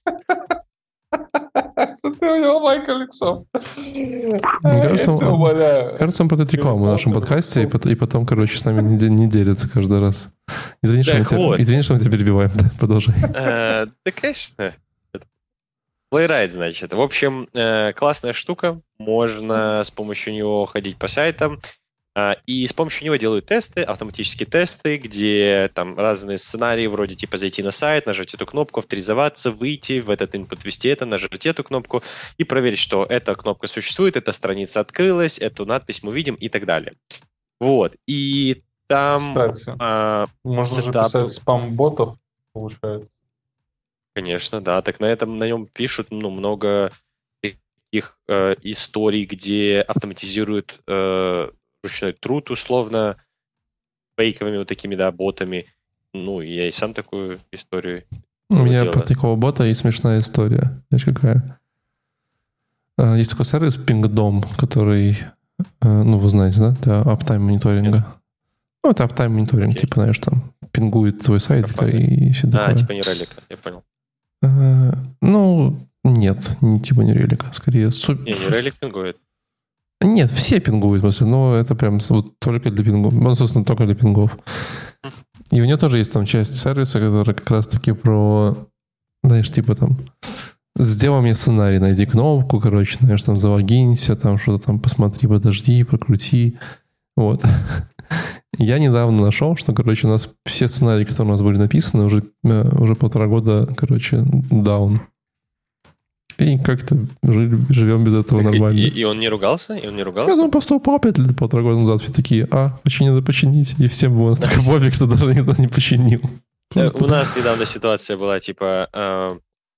Ты у него Майка Люксов. Мне кажется, Я тебя он- умоляю. Кажется, он платит рекламу в нашем подкасте, и пот- и потом, короче, с нами не, де- не делится каждый раз. Извини, что мы Так тебя, вот. извини, что мы тебя перебиваем. Да, продолжай. Э, Да, конечно. Playwright, значит. В общем, э, классная штука. Можно с помощью него ходить по сайтам. а, И с помощью него делают тесты, автоматические тесты, где там разные сценарии, вроде типа зайти на сайт, нажать эту кнопку, авторизоваться, выйти, в этот input ввести это, нажать эту кнопку и проверить, что эта кнопка существует, эта страница открылась, эту надпись мы видим и так далее. Вот. И там... Кстати, а, можно же сетап. писать спам-ботов, получается. Конечно, да. Так на этом, на нем пишут ну, много таких э, историй, где автоматизируют э, ручной труд, условно, фейковыми вот такими, да, ботами. Ну, я и сам такую историю У меня дело. про такого бота есть смешная история. Знаешь, какая? А, Есть такой сервис Pingdom, который, э, ну, вы знаете, да, для аптайм мониторинга. Ну, это аптайм мониторинг, Окей. типа, знаешь, там, пингует твой сайт Профайлер. и все А, такое. типа не релика, я понял. Э, Ну, нет, не типа не релика, скорее. су- Не, не релик пингует. Нет, все пингуют, в смысле, но это прям с- вот только для пингов. Он, собственно, только для пингов. И у него тоже есть там часть сервиса, которая как раз-таки про, знаешь, типа там, сделай мне сценарий, найди кнопку, короче, знаешь, там, залогинься, там, что-то там, посмотри, подожди, прокрути. Вот. Я недавно нашел, что, короче, у нас все сценарии, которые у нас были написаны, уже, э, уже полтора года, короче, down. И как-то жили- живем без этого Так, и, нормально. и- и он не ругался? И он не Я ругался? думаю, просто упал пять лет, полтора года назад, все такие, а, почини, надо починить. И всем было настолько Nice. пофиг, что даже никто не починил. Э, Просто- У нас недавно ситуация была, типа, э,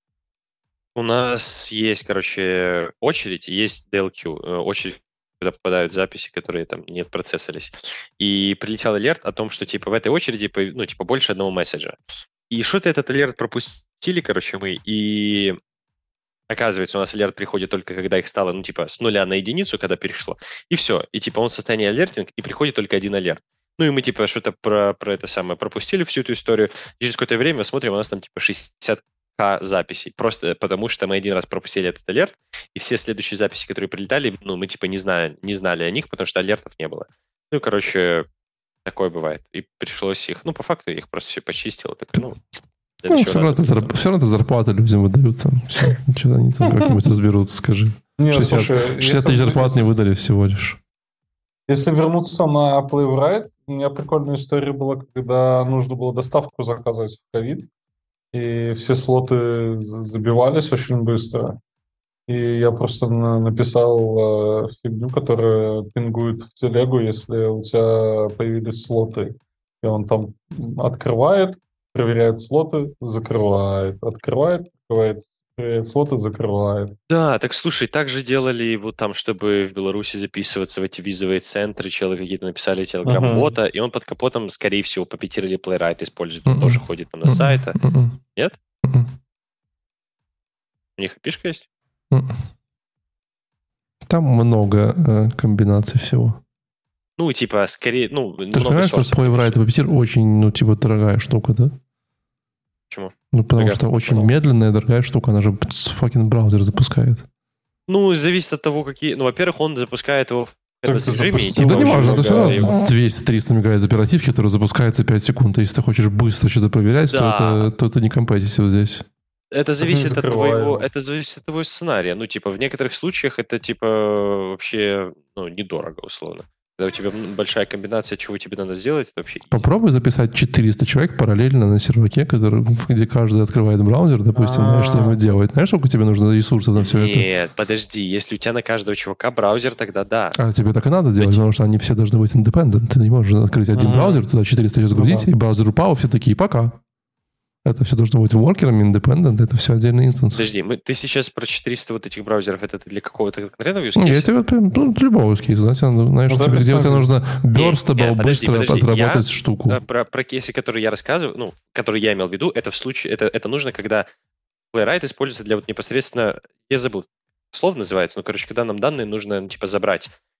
у нас есть, короче, очередь, и есть ди эл кью, э, очередь, куда попадают записи, которые там не процессорились. И прилетел алерт о том, что, типа, в этой очереди, пов- ну, типа, больше одного месседжа. И что-то этот алерт пропустили, короче, мы, и оказывается, у нас алерт приходит только когда их стало, ну, типа, с нуля на единицу, когда перешло. И все. И, типа, он в состоянии алертинг, и приходит только один алерт. Ну, и мы, типа, что-то про, про это самое пропустили всю эту историю. Через какое-то время смотрим, у нас там, типа, шестьдесят тысяч записей. Просто потому, что мы один раз пропустили этот алерт, и все следующие записи, которые прилетали, ну, мы, типа, не, знаю, не знали о них, потому что алертов не было. Ну, короче, такое бывает. И пришлось их, ну, по факту, я их просто все почистил. Такой, ну, Ну, следующего все равно, раза это буду. зарп- все равно это зарплаты людям выдают там. Все, что они там как-нибудь разберутся, скажи. Не, шестьдесят слушай, шестьдесят если- тысяч зарплат не выдали всего лишь. Если вернуться на Playwright, у меня прикольная история была, когда нужно было доставку заказывать в ковид, и все слоты з- забивались очень быстро. И я просто на- написал э, фигню, которая пингует в телегу, если у тебя появились слоты. И он там открывает, проверяет слоты, закрывает, открывает, открывает, проверяет слоты, закрывает. Да, так слушай, так же делали вот там, чтобы в Беларуси записываться в эти визовые центры, челы какие-то написали телеграм-бота, и он под капотом, скорее всего, по Питеру или Playwright использует, он Мгм. тоже ходит там на Мгм. сайты. Мгм. Нет? Мгм. У них эпишка есть? Мгм. Там много э, комбинаций всего. Ну, типа, скорее, ну, Ты же много понимаешь, что сорсов. Playwright Puppeteer очень, ну, типа, дорогая штука, да? Почему? Ну, потому Дорогая, что очень понял. медленная, дорогая штука, она же с fucking браузер запускает. Ну, зависит от того, какие... Ну, во-первых, он запускает его в Так ты режиме, и, запустил типа, Да не очень важно, это все много равно его. двести-триста мегабайт оперативки, которые запускается пять секунд. А если ты хочешь быстро что-то проверять, Да. то, это, то это не компетитив здесь. Это зависит от закрываю. твоего, это зависит от твоего сценария. Ну, типа, в некоторых случаях это, типа, вообще, ну, недорого, условно. Когда у тебя м, большая комбинация, чего тебе надо сделать, это вообще easy. Попробуй записать четыреста человек параллельно на серваке, который, где каждый открывает браузер, допустим, знаешь, что ему А. делать. Знаешь, сколько тебе нужно ресурсов на все это? Нет, подожди, если у тебя на каждого чувака браузер, тогда да. А тебе так и надо делать, Значит- потому что они все должны быть independent. Ты не можешь открыть один Мгм. браузер, туда четыреста ее загрузить, Ну да. и браузер упал, все такие, пока. Это все должно быть воркерами, independent, это все отдельный инстанс. Подожди, мы, ты сейчас про четыреста вот этих браузеров, это ты для какого-то конкретного use Не, я case? тебе прям, ну, для любого use знаешь, знаешь, Ну, тебе, где запись тебе нужно burstable, Не, не, подожди, быстро подожди. отработать Я, штуку. Э, Про, про кейсы, которые я рассказываю, ну, которые я имел в виду, это в случае, это, это нужно, когда Playwright используется для вот непосредственно, я забыл, слово называется, ну, короче, когда нам данные нужно, ну, типа, забрать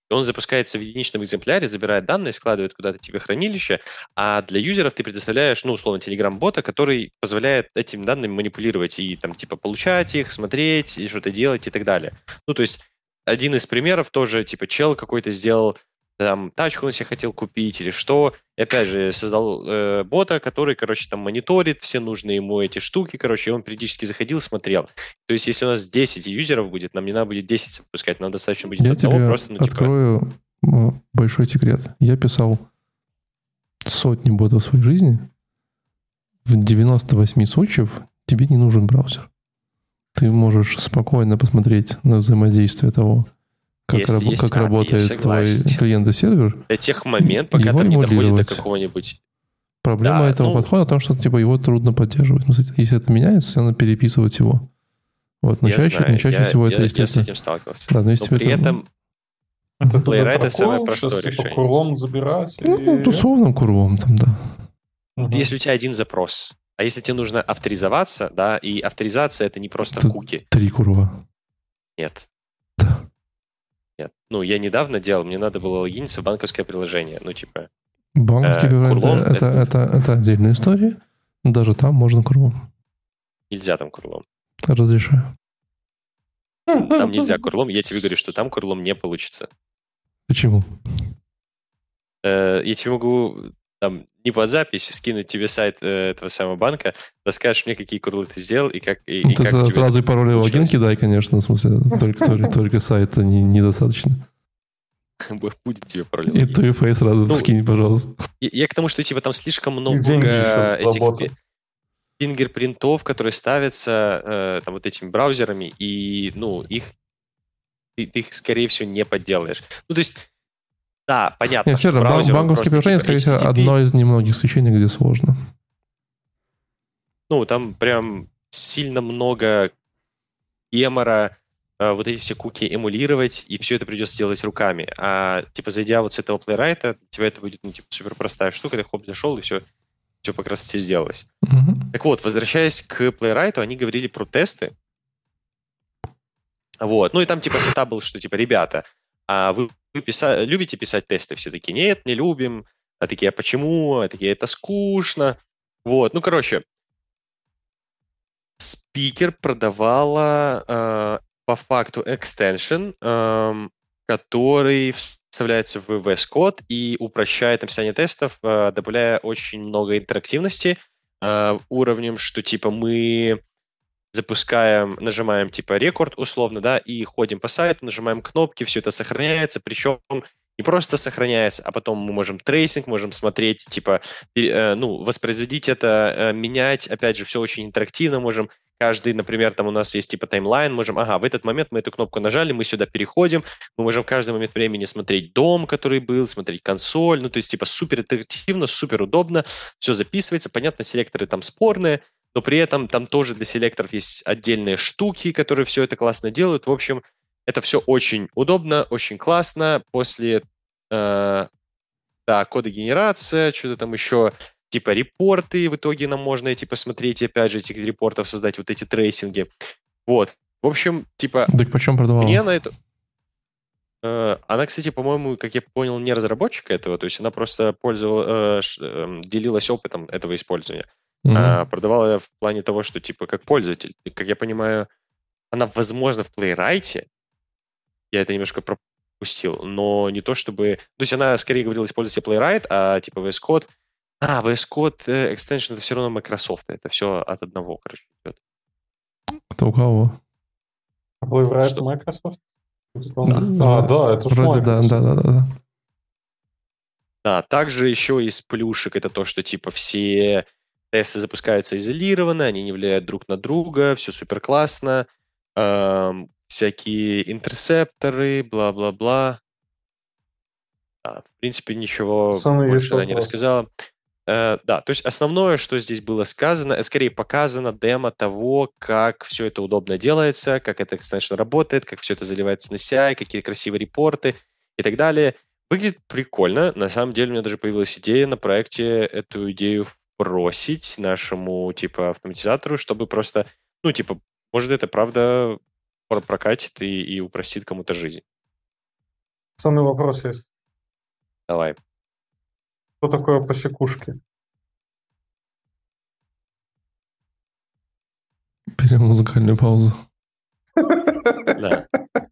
и он запускается в единичном экземпляре, забирает данные, складывает куда-то тебе хранилище, а для юзеров ты предоставляешь, ну, условно, Telegram-бота, который позволяет этими данными манипулировать и там, типа, получать их, смотреть, и что-то делать и так далее. Ну, то есть один из примеров тоже, типа, чел какой-то сделал там тачку он себе хотел купить или что. И опять же, создал э, бота, который, короче, там мониторит все нужные ему эти штуки, короче, и он периодически заходил, смотрел. То есть, если у нас десять юзеров будет, нам не надо будет десять запускать, нам достаточно будет Я одного. тебе Просто, ну, открою типа... большой секрет. Я писал сотни ботов в своей жизни. В девяноста восьми случаев тебе не нужен браузер. Ты можешь спокойно посмотреть на взаимодействие того, как, Если раб- есть как эй пи ай, работает твой клиент и сервер. До тех моментов, пока там не доходит до какого-нибудь... Проблема да, этого ну... подхода в том, что типа, его трудно поддерживать. Ну, если это меняется, надо переписывать его. Вот, но я чаще, знаю, но чаще я, всего я, это, я естественно... с этим сталкивался. Да, но, но при это... этом это Playwright это самое простое сейчас, решение. Типа, курлом забирать? Ну, и... условным курлом там, да. Угу. Если у тебя один запрос, а если тебе нужно авторизоваться, да, и авторизация это не просто это куки. Три курва. Нет. Да. Нет. Ну, я недавно делал, мне надо было логиниться в банковское приложение. Ну, типа... Банковский э, курлом это, это, это, это, это отдельная история. Даже там можно курлом. Нельзя там курлом. Разрешаю. Там нельзя курлом. Я тебе говорю, что там курлом не получится. Почему? Э, я тебе могу там не под запись скинуть тебе сайт э, этого самого банка, расскажешь мне, какие курлы ты сделал и как... И, ну, и ты как сразу и пароль и логин кидай, конечно, в смысле, только, только, только сайта не, недостаточно. Будет тебе пароль. И two эф эй сразу ну, скинь, пожалуйста. Я, я к тому, что типа там слишком много этих фингерпринтов, которые ставятся э, там вот этими браузерами, и, ну, их ты, ты их, скорее всего, не подделаешь. Ну, то есть, да, понятно, Нет, что все браузер... банковские приложения, скорее всего, одно из немногих исключений, где сложно. Ну, там прям сильно много гемора, э, вот эти все куки эмулировать, и все это придется делать руками. А, типа, зайдя вот с этого Playwright, у тебя это будет, ну, типа, супер простая штука, ты хоп, зашел, и все, все по красоте сделалось. Mm-hmm. Так вот, возвращаясь к Playwright, они говорили про тесты. Вот. Ну, и там, типа, сетап был, что, типа, ребята, а вы, вы писа- любите писать тесты? Все такие, нет, не любим. А такие, а почему? А такие, это скучно. Вот. Ну, короче, Speaker продавала э, по факту экстеншн, э, который вставляется в ви эс Code и упрощает написание тестов, э, добавляя очень много интерактивности э, уровнем, что типа мы запускаем, нажимаем типа рекорд условно, да, и ходим по сайту, нажимаем кнопки, все это сохраняется, причем не просто сохраняется, а потом мы можем трейсинг, можем смотреть, типа, э, ну, воспроизводить это, э, менять, опять же, все очень интерактивно, можем каждый, например, там у нас есть типа таймлайн, можем, ага, в этот момент мы эту кнопку нажали, мы сюда переходим, мы можем в каждый момент времени смотреть дом, который был, смотреть консоль, ну, то есть, типа, супер интерактивно, супер удобно, все записывается, понятно, селекторы там спорные, но при этом там тоже для селекторов есть отдельные штуки, которые все это классно делают. В общем, это все очень удобно, очень классно. После э, да, кодогенерация, что-то там еще, типа репорты, в итоге нам можно эти посмотреть, и опять же этих репортов создать, вот эти трейсинги. Вот. В общем, типа... Так почем продавала? Мне на это... Э, она, кстати, по-моему, как я понял, не разработчик этого, то есть она просто пользовалась, э, делилась опытом этого использования. Mm-hmm. А, продавала я в плане того, что, типа, как пользователь. Как я понимаю, она, возможно, в Playwright. Я это немножко пропустил, но не то чтобы... То есть она, скорее, говорила, используйте Playwright, а, типа, ви эс Code... А, ви эс Code э, Extension — это все равно Microsoft. Это все от одного, короче, идет. Это у кого? Playwright что? Microsoft? Да. А, да, это вроде да, да, да, да. Да, также еще из плюшек это то, что, типа, все... Тесты запускаются изолированно, они не влияют друг на друга, все супер классно, эм, всякие интерсепторы, бла-бла-бла. Да, в принципе, ничего Самый больше она не рассказала. Э, да, то есть основное, что здесь было сказано, скорее показано демо того, как все это удобно делается, как это экстеншн работает, как все это заливается на си ай, какие красивые репорты и так далее. Выглядит прикольно. На самом деле у меня даже появилась идея на проекте эту идею бросить нашему, типа, автоматизатору, чтобы просто, ну, типа, может, это правда прокатит и, и упростит кому-то жизнь. Пацаны, вопрос есть. Давай. Что такое посекушки? Берем музыкальную паузу. Да.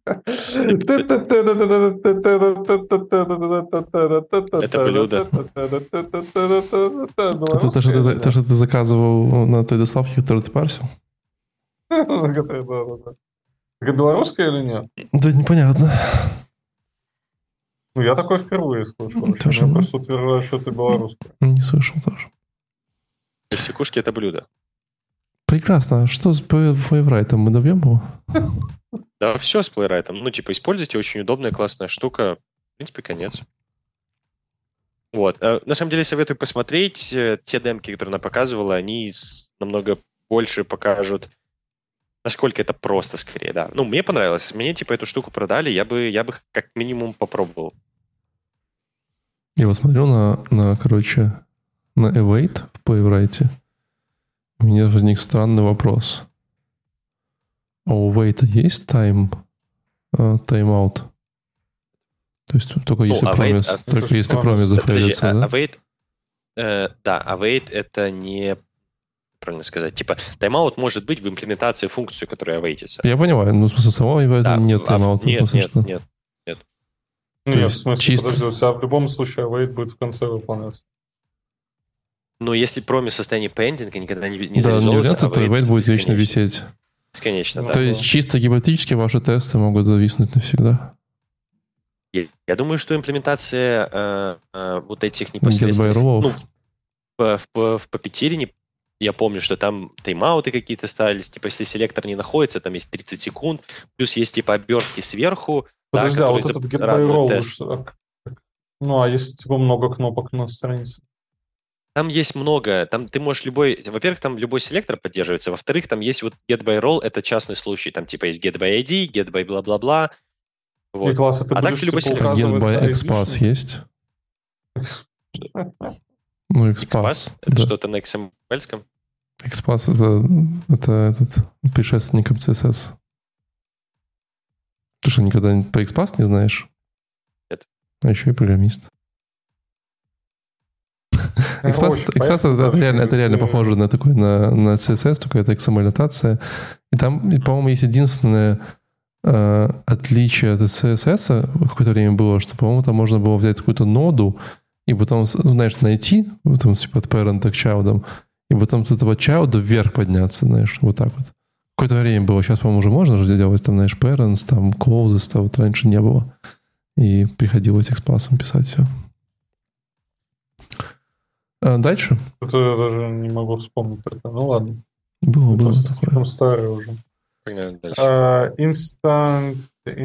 Это блюдо. Это то, что ты, то, что ты заказывал на той доставке, которую ты парсил? Это белорусское или нет? Да непонятно. Ну, я такое впервые слышал. Тоже Я нет. просто утверждаю, что это белорусское. Не слышал тоже. Посекушки — это блюдо. Прекрасно. А что с плейрайтом? Мы добьем его? Да, все с плейрайтом. Ну, типа, используйте, очень удобная, классная штука. В принципе, конец. Вот. Э, На самом деле, советую посмотреть. Э, Те демки, которые она показывала, они с- намного больше покажут, насколько это просто, скорее, да. Ну, мне понравилось. Мне, типа, эту штуку продали, я бы, я бы как минимум попробовал. Я вот смотрю на, на, короче, на Await в плейрайте. У меня возник странный вопрос. А у Await есть тайм, э, тайм-аут? То есть только если await, промис, а- только Это если же промис promise. Подожди, зафейлится, а- да? await, э, да, await — это не, правильно сказать, типа, тайм-аут может быть в имплементации функции, которая await-ится. Я понимаю, ну, в смысле, самого Await Да, нет а в- тайм-аута. в Нет, смысле, нет, что? нет. То Нет, в есть смысле, чисто- подожди, у тебя в любом случае await будет в конце выполняться. Но если промис в состоянии pending и никогда не, не Да, не завязывается, является, то Await будет вечно бесконечно. висеть. Бесконечно, Ну, да. То да. есть чисто гипотетически ваши тесты могут зависнуть навсегда. Я, я думаю, что имплементация э, э, вот этих Get by непосредственных... rule. Ну, в, в, в Puppeteer не- я помню, что там тайм-ауты какие-то ставились. Типа, если селектор не находится, там есть тридцать секунд. Плюс есть, типа, обертки сверху, Подожди, да, а которые вот этот зап- get by рануют roll, тест. что- как- как- ну, а если типа много кнопок на странице? Там есть много. Там ты можешь любой... Во-первых, там любой селектор поддерживается. Во-вторых, там есть вот get by role, это частный случай. Там типа есть get by ай ди, get by бла-бла-бла. И Вот. класс, ты А так будешь ты любой типа селектор. А get указывать by XPath айдишник? есть? Ну, XPath. XPath — это Да. что-то на икс эм эль-ском. XPath это, это этот предшественником си эс эс. Ты что, никогда не- по XPath не знаешь? Нет. А еще и программист. XPath, Короче, XPath поэтому, это, это да, реально, это реально если- похоже на такой, на, на си эс эс, только это икс эм эль-нотация. И там, и, по-моему, есть единственное э, отличие от си эс эс в какое-то время было, что, по-моему, там можно было взять какую-то ноду и потом, ну, знаешь, найти, потом, типа, от parent к child, и потом с этого child вверх подняться, знаешь, вот так вот. Какое-то время было. Сейчас, по-моему, уже можно же делать, там, знаешь, parents, там, closest, а вот раньше не было. И приходилось XPath писать все. А дальше? Это я даже не могу вспомнить это. Ну ладно. Было, было Просто такое. слишком старый уже. Погнали дальше. Uh, instant,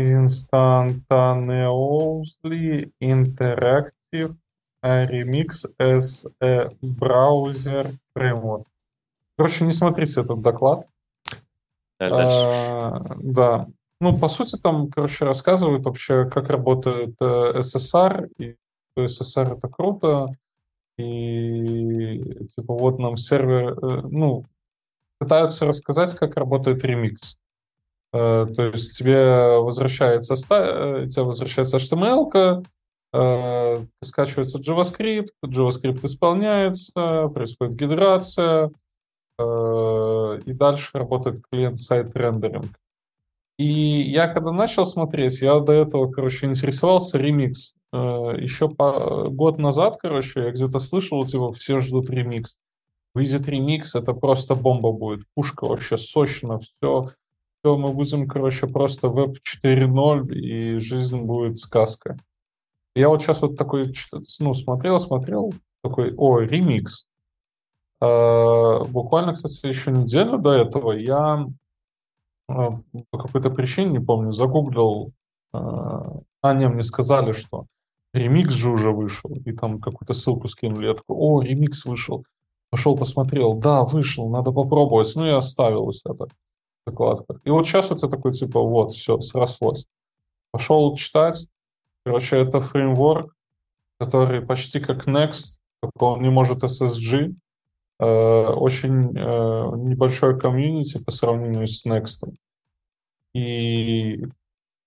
instantaneously interactive uh, remix as a browser framework. Короче, не смотрите этот доклад. Погнали дальше. А, да. Ну, по сути, там, короче, рассказывают вообще, как работает э, эс эс ар. И что эс эс ар — это круто. И, типа, вот нам сервер... э, ну, пытаются рассказать, как работает ремикс. Э, то есть тебе возвращается, ста- э, тебе возвращается эйч ти эм эл-ка, э, скачивается JavaScript, JavaScript исполняется, происходит гидрация, э, и дальше работает клиент-сайт рендеринг. И я когда начал смотреть, я до этого, короче, интересовался ремикс. Э, еще по, год назад, короче, я где-то слышал, типа, все ждут ремикс. Выйдет ремикс, это просто бомба будет. Пушка вообще сочно, все. Все, мы будем, короче, просто веб четыре ноль, и жизнь будет сказка. Я вот сейчас вот такой, чт- ну, смотрел, смотрел, такой, о, ремикс. Э, буквально, кстати, еще неделю до этого я э, по какой-то причине, не помню, загуглил. э, а, не, мне сказали, что ремикс же уже вышел, и там какую-то ссылку скинули. Я такой, о, ремикс вышел. Пошел, посмотрел, да, вышел, надо попробовать. Ну, и оставил у себя так в закладках. И вот сейчас вот я такой, типа, вот, все, срослось. Пошел читать. Короче, это фреймворк, который почти как Next, только он не может эс эс джи. Э, очень э, небольшой комьюнити по сравнению с Next. И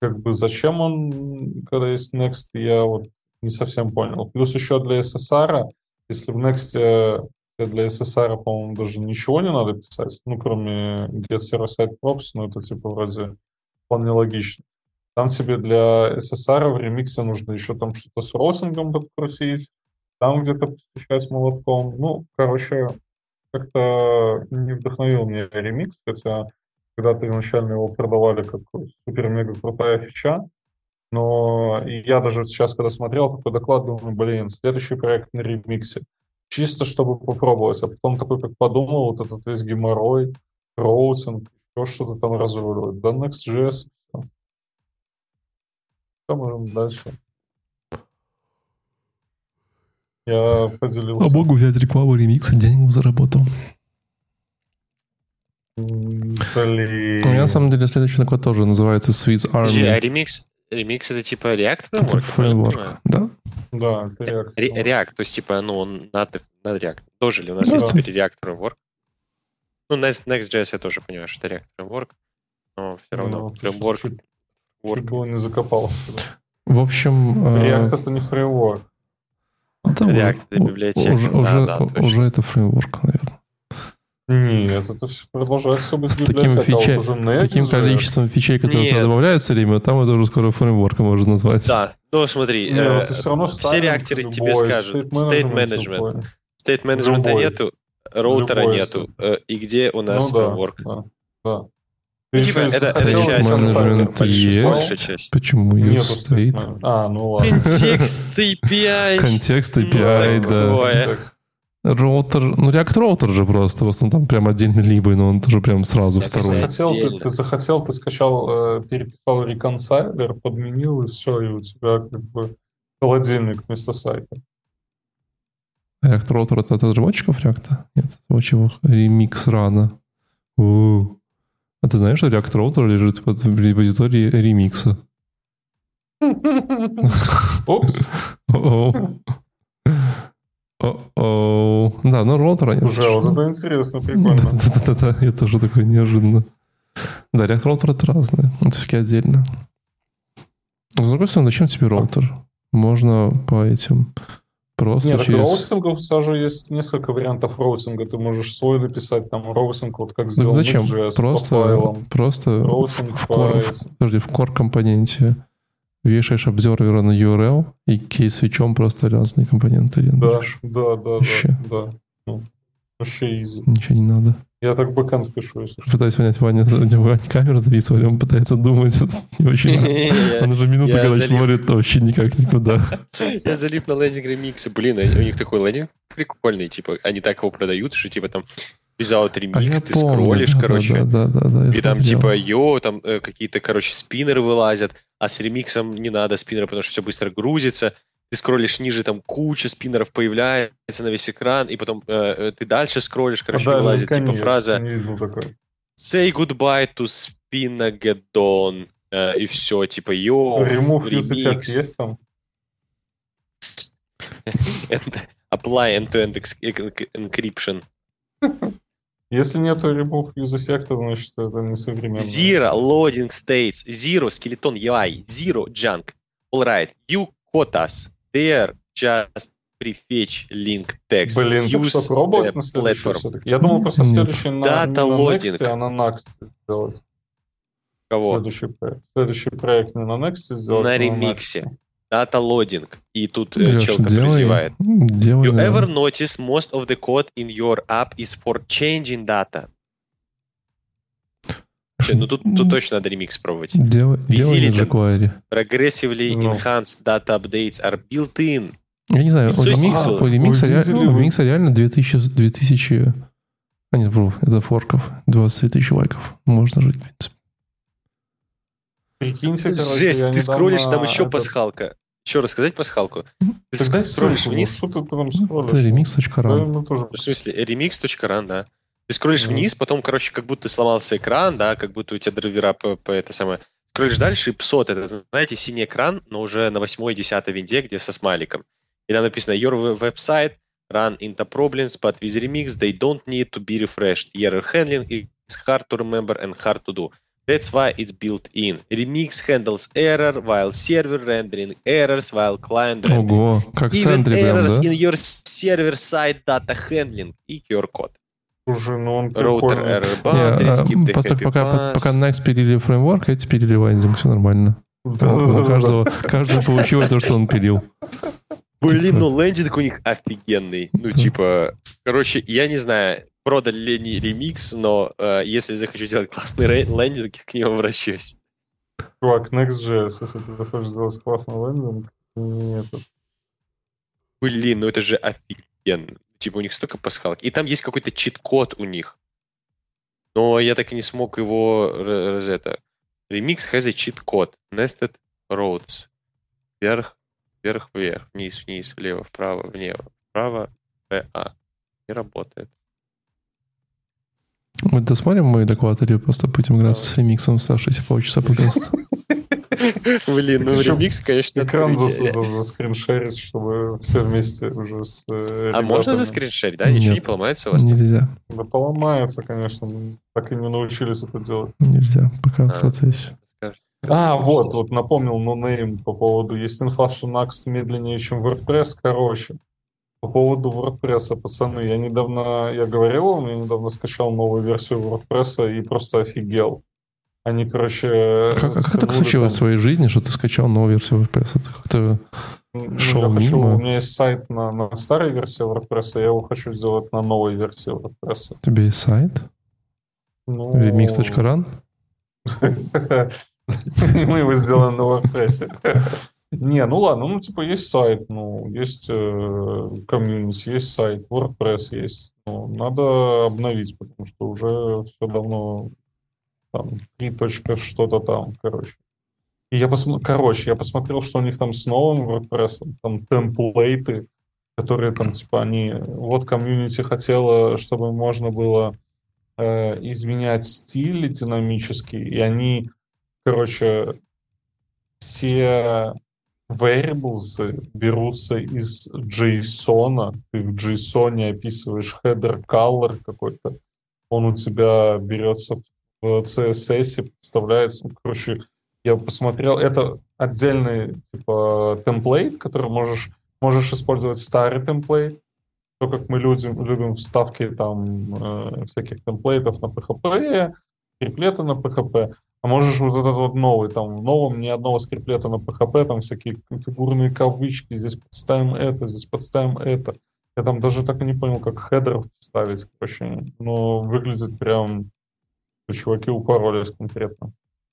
как бы зачем он, когда есть Next, я вот не совсем понял. Плюс еще для эс эс ар, если в Next для эс эс ар, по-моему, даже ничего не надо писать, ну, кроме get server-side props, ну, это типа вроде вполне логично. Там тебе для эс эс ар в ремиксе нужно еще там что-то с роутингом подкрутить, там где-то постучать молотком. Ну, короче, как-то не вдохновил меня ремикс, хотя когда-то изначально его продавали как супер-мега крутая фича, но я даже сейчас, когда смотрел такой доклад, думаю, блин, следующий проект на ремиксе, чисто чтобы попробовать, а потом такой, как подумал, вот этот весь геморрой, роутинг, еще что-то там разруливать, да, Next.js, все. Что можем дальше? Я поделился. А могу взять рекламу ремикса, денег заработал. Блин. У меня на самом деле следующий доклад тоже называется Swiss Army. А ремикс, ремикс это типа React Это фреймворк? фреймворк, да? Да, это React. Ре- React, то есть типа, ну, он над, над React. Тоже ли у нас Да. есть теперь React фреймворк? Ну, Next, Next.js я тоже понимаю, что это React фреймворк, но все равно Ну, фреймворк. чуть, work. чуть было не закопался. В общем... э, React это не фреймворк. да, React уже- это библиотека. Уже, Да, уже, да, точно. уже это фреймворк, наверное. Нет, это все продолжает все быть С таким, библиотека, а фича- вот уже с таким Next.js. количеством фичей, которые Нет. туда добавляются все время, там это уже скоро фреймворком можно назвать. Да, ну смотри, Не, э, ну, ты всё равно все ставим реакторы любой тебе скажут, state management management. любой. State менеджмента Любой. нету, роутера Любой нету, э, и где у нас Ну да, фреймворк? да, да. Ну, типа, Если это- это захотел, часть то менеджмента консоль есть. подписал. Большая часть. Почему Нету use стоит? state А, ну ладно. Контекст эй пи ай. Контекст эй пи Ну, ай, да. такое. Контекст. Роутер, ну React роутер же просто, в основном там прям отдельный либо, но он тоже прям сразу Это Ты второй. за- захотел, ты, Отдельно. ты захотел, ты скачал, э, переписал реконсайлер, подменил, и все, и у тебя как бы холодильник вместо сайта. React роутер это от разработчиков React? Нет, это очень ремикс рано. У. А ты знаешь, что React роутер лежит под в репозитории ремикса? Упс, О-оу. О-оу. Да, ну роутер они... уже вот это интересно, прикольно. Да-да-да, я тоже такой неожиданно. Да, React роутер это разное. Это все-таки отдельно. Но, с другой стороны, зачем тебе роутер? Можно по этим просто Нет, так через... роутингов все же есть несколько вариантов роутинга. Ты можешь свой написать, там, роутинг, вот как Так сделал зачем? Next.js по Просто, файлам. просто в, Роутинг в по core, в- этим. подожди, в core компоненте вешаешь обзорвера на ю ар эл и кейс-свитчом просто разные компоненты Да, рендеришь. да, да, Вообще. да, да. Ну, вообще изи. Ничего не надо. Я так бэкэнд пишу, если что. Пытаюсь понять, Ваня, у него Ваня камера зависла, он пытается думать. Не очень. Он уже минуту, Я когда залип. смотрит, то вообще никак никуда. Я залип на лендинг ремиксы. Блин, у них такой лендинг прикольный, типа, они так его продают, что типа там without А я remix, ты помню, скроллишь, да, короче, Да, да, да, да, я и там смотрел. типа, йо, там э, какие-то, короче, спиннеры вылазят, а с ремиксом не надо спиннера, потому что все быстро грузится. Ты скроллишь ниже, там куча спиннеров появляется на весь экран, и потом э, э, ты дальше скроллишь, короче, Да, вылазит наверняка типа нет, фраза не видел такой. «Say goodbye to Spinageddon», э, и все, типа, йо, Remove use effect ремикс. есть там? And apply end-to-end ex- ex- encryption. Если нету remove use effect, значит это не современно. Zero loading states, zero skeleton ю ай, zero junk. All right, you caught us. There just prefetch link text. Блин, так Use что пробовать the на следующий platform. все-таки? Я думал просто Нет. следующий на, Data не на loading. Next, а на Next сделать. Кого? Следующий проект. Следующий проект не на Next сделать, На а ремиксе. Next. Data loading. И тут э, Леша, чел, который делай, зевает. делай, You да. ever notice most of the code in your app is for changing data? Че, Ну тут, тут точно надо ремикс пробовать. Делай, делай Визили на там. jQuery. Progressively Ну. enhanced data updates are built in. Я не знаю, у Лицо ремикса, сиквела. у ремикса, Вы ре- видели у вы? ремикса реально две тысячи, две тысячи... А нет, вру, это форков. двадцать три тысячи лайков. Можно жить, в принципе. Прикиньте, короче, Жесть, я ты скроллишь, там недавно еще этот- пасхалка. Еще рассказать пасхалку? Ты Так дай скроллишь ссылку, вниз. ну, что ты там скроллишь? Это ремикс.ран. Да, мы тоже. В смысле, remix.ran, да. Ты скроллишь Мгм. вниз, потом, короче, как будто сломался экран, да, как будто у тебя драйвера по, по это самое. Скроллишь дальше, и псот, это, знаете, синий экран, но уже на восьмой, десятой винде, где со смайликом. И там написано, your website run into problems, but with remix they don't need to be refreshed. Error handling is hard to remember and hard to do. That's why it's built in. Remix handles error while server rendering errors while client rendering. Ого, как с Even Entry прям, errors да? in your server-side data handling и кью ар-код. Слушай, ну он Роутер прикольный. error Не, boundaries, а, keep the просто happy пока, pass. пока Next пилили фреймворк, эти пилили вайндинг, все нормально. У каждого, каждый получил то, что он пилил. Блин, Типа- ну лендинг у них офигенный. Ну, Да. типа, короче, я не знаю, продали ли они ремикс, но э, если захочу сделать классный рей- лендинг, я к нему обращусь. Чувак, Next.js, если ты захочешь сделать классный лендинг, нет. Блин, ну это же офигенно. Типа, у них столько пасхалок. И там есть какой-то чит-код у них. Но я так и не смог его р- раз это. Remix has a cheat code. Nested roads. Вверх, вверх, вверх. Вниз, вниз, влево, вправо, влево. Вправо, П, А. Не работает. Мы досмотрим мой доклад или просто будем играться с ремиксом оставшиеся полчаса подкаста? Блин, ну Причем ремикс, конечно, Экран открытие. зас- за- заскриншерить, чтобы все вместе уже с э, А можно ребятами. заскриншерить, да? Ничего не Нет. поломается у вас? Нельзя, Да поломается, конечно. Мы так и не научились это делать. нельзя, пока в А. процессе. А, вот, вот напомнил NoName по поводу... Есть инфа, что Next медленнее, чем WordPress. Короче, по поводу WordPress, пацаны, я недавно... Я говорил вам, я недавно скачал новую версию WordPress и просто офигел. Они, короче... Как, как все это годы случилось в там- своей жизни, что ты скачал новую версию WordPress? Это как-то... Ну, шел я хочу, мимо. у меня есть сайт на, на старой версии WordPress, я его хочу сделать на новой версии WordPress. У тебя есть сайт? Ну, remix точка ран? Мы его сделаем на WordPress. Не, ну ладно, ну типа есть сайт, ну есть комьюнити, есть сайт, WordPress есть. Ну, надо обновить, потому что уже все давно там три точка что-то там, короче. И я посмотрел, короче, я посмотрел, что у них там с новым WordPress, там темплейты, которые там типа они, вот комьюнити хотела, чтобы можно было э, изменять стили динамически, и они, короче, все variables берутся из JSON. Ты в JSON описываешь header color какой-то, он у тебя берется в си эс эс, подставляется. Ну, короче, я посмотрел, это отдельный типа темплейт, который можешь, можешь использовать старый темплейт, то, как мы любим, любим вставки там э, всяких темплейтов на пи эйч пи, скриплеты на пи эйч пи, а можешь вот этот вот новый, там в новом ни одного скриплета на пи эйч пи, там всякие конфигурные кавычки, здесь подставим это, здесь подставим это. Я там даже так и не понял, как хедеров ставить, короче, но выглядит прям, что чуваки упоролись конкретно.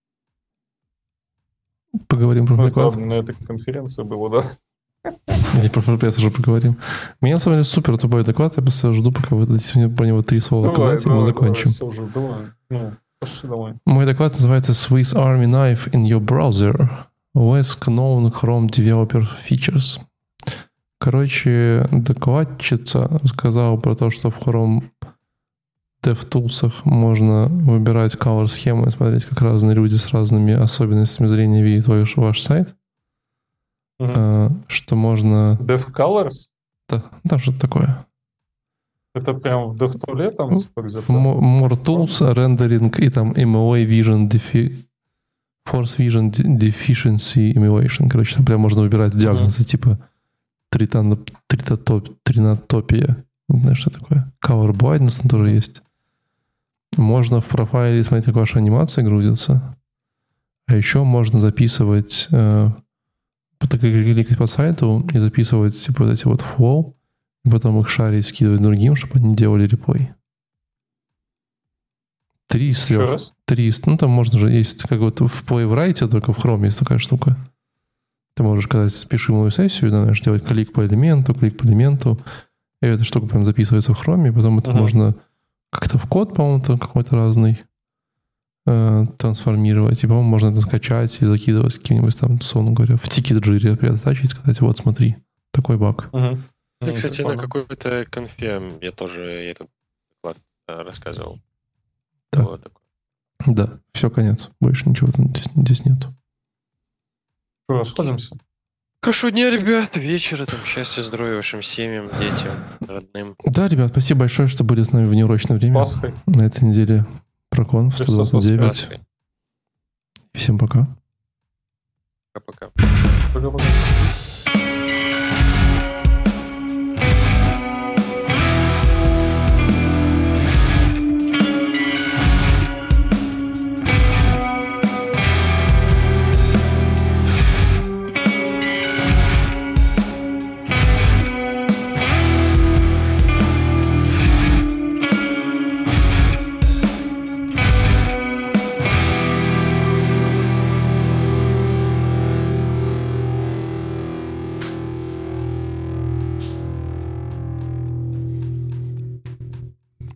Поговорим про Ну, это доклад. на этой конференции было, да? Или про WordPress уже поговорим. У меня, на самом деле, супер тупой доклад. Я просто жду, пока вы дадите мне про него три слова Давай, сказать, и мы давай, закончим. давай, всё уже, давай. Ну, пошли домой. Мой доклад называется Swiss Army Knife in your browser. Less known Chrome Developer Features. Короче, докладчица сказала про то, что в Chrome DevTools можно выбирать color схемы и смотреть, как разные люди с разными особенностями зрения видят ваш, ваш сайт. Мгм. А, что можно... DevColors? Да, да, что-то такое. Это прям в DevTool там, типа, В где-то? Mo- More Tools, Rendering и там эм эл эй Vision Defi- Force Vision De- Deficiency Emulation. Короче, там прям можно выбирать диагнозы типа тритано- тритотоп- тринотопия. Не знаю, что такое. Color Blindness там тоже есть. Можно в профайле смотреть, как ваши анимации грузятся. А еще можно записывать, э, так кликать по сайту и записывать типа вот эти вот флоу, и потом их шарить, скидывать другим, чтобы они делали реплей. Три из Еще трех. раз? Три из... Ну, там можно же есть, как вот в Playwright, только в Chrome есть такая штука. Ты можешь, когда пиши мою сессию, да, знаешь, делать клик по элементу, клик по элементу, и эта штука прям записывается в Chrome, и потом это Мгм. можно как-то в код, по-моему, там какой-то разный э, трансформировать, и, по-моему, можно это скачать и закидывать каким-нибудь там, условно говоря, в тикет джире приотачить, сказать, вот, смотри, такой баг. Мгм. Ну, М, кстати, на прикольно. какой-то конфе я тоже этот доклад э, рассказывал. Да. Было такое. Да, все, конец. Больше ничего там здесь, здесь нет. Что, расходимся? Хорошего дня, ребят, вечера, там, счастья, здоровья вашим семьям, детям, родным. Да, ребят, спасибо большое, что были с нами в неурочное время. Пасхой. На этой неделе Прокон в Христос сто двадцать девять. Пасхой. Всем пока. Пока-пока. Пока-пока.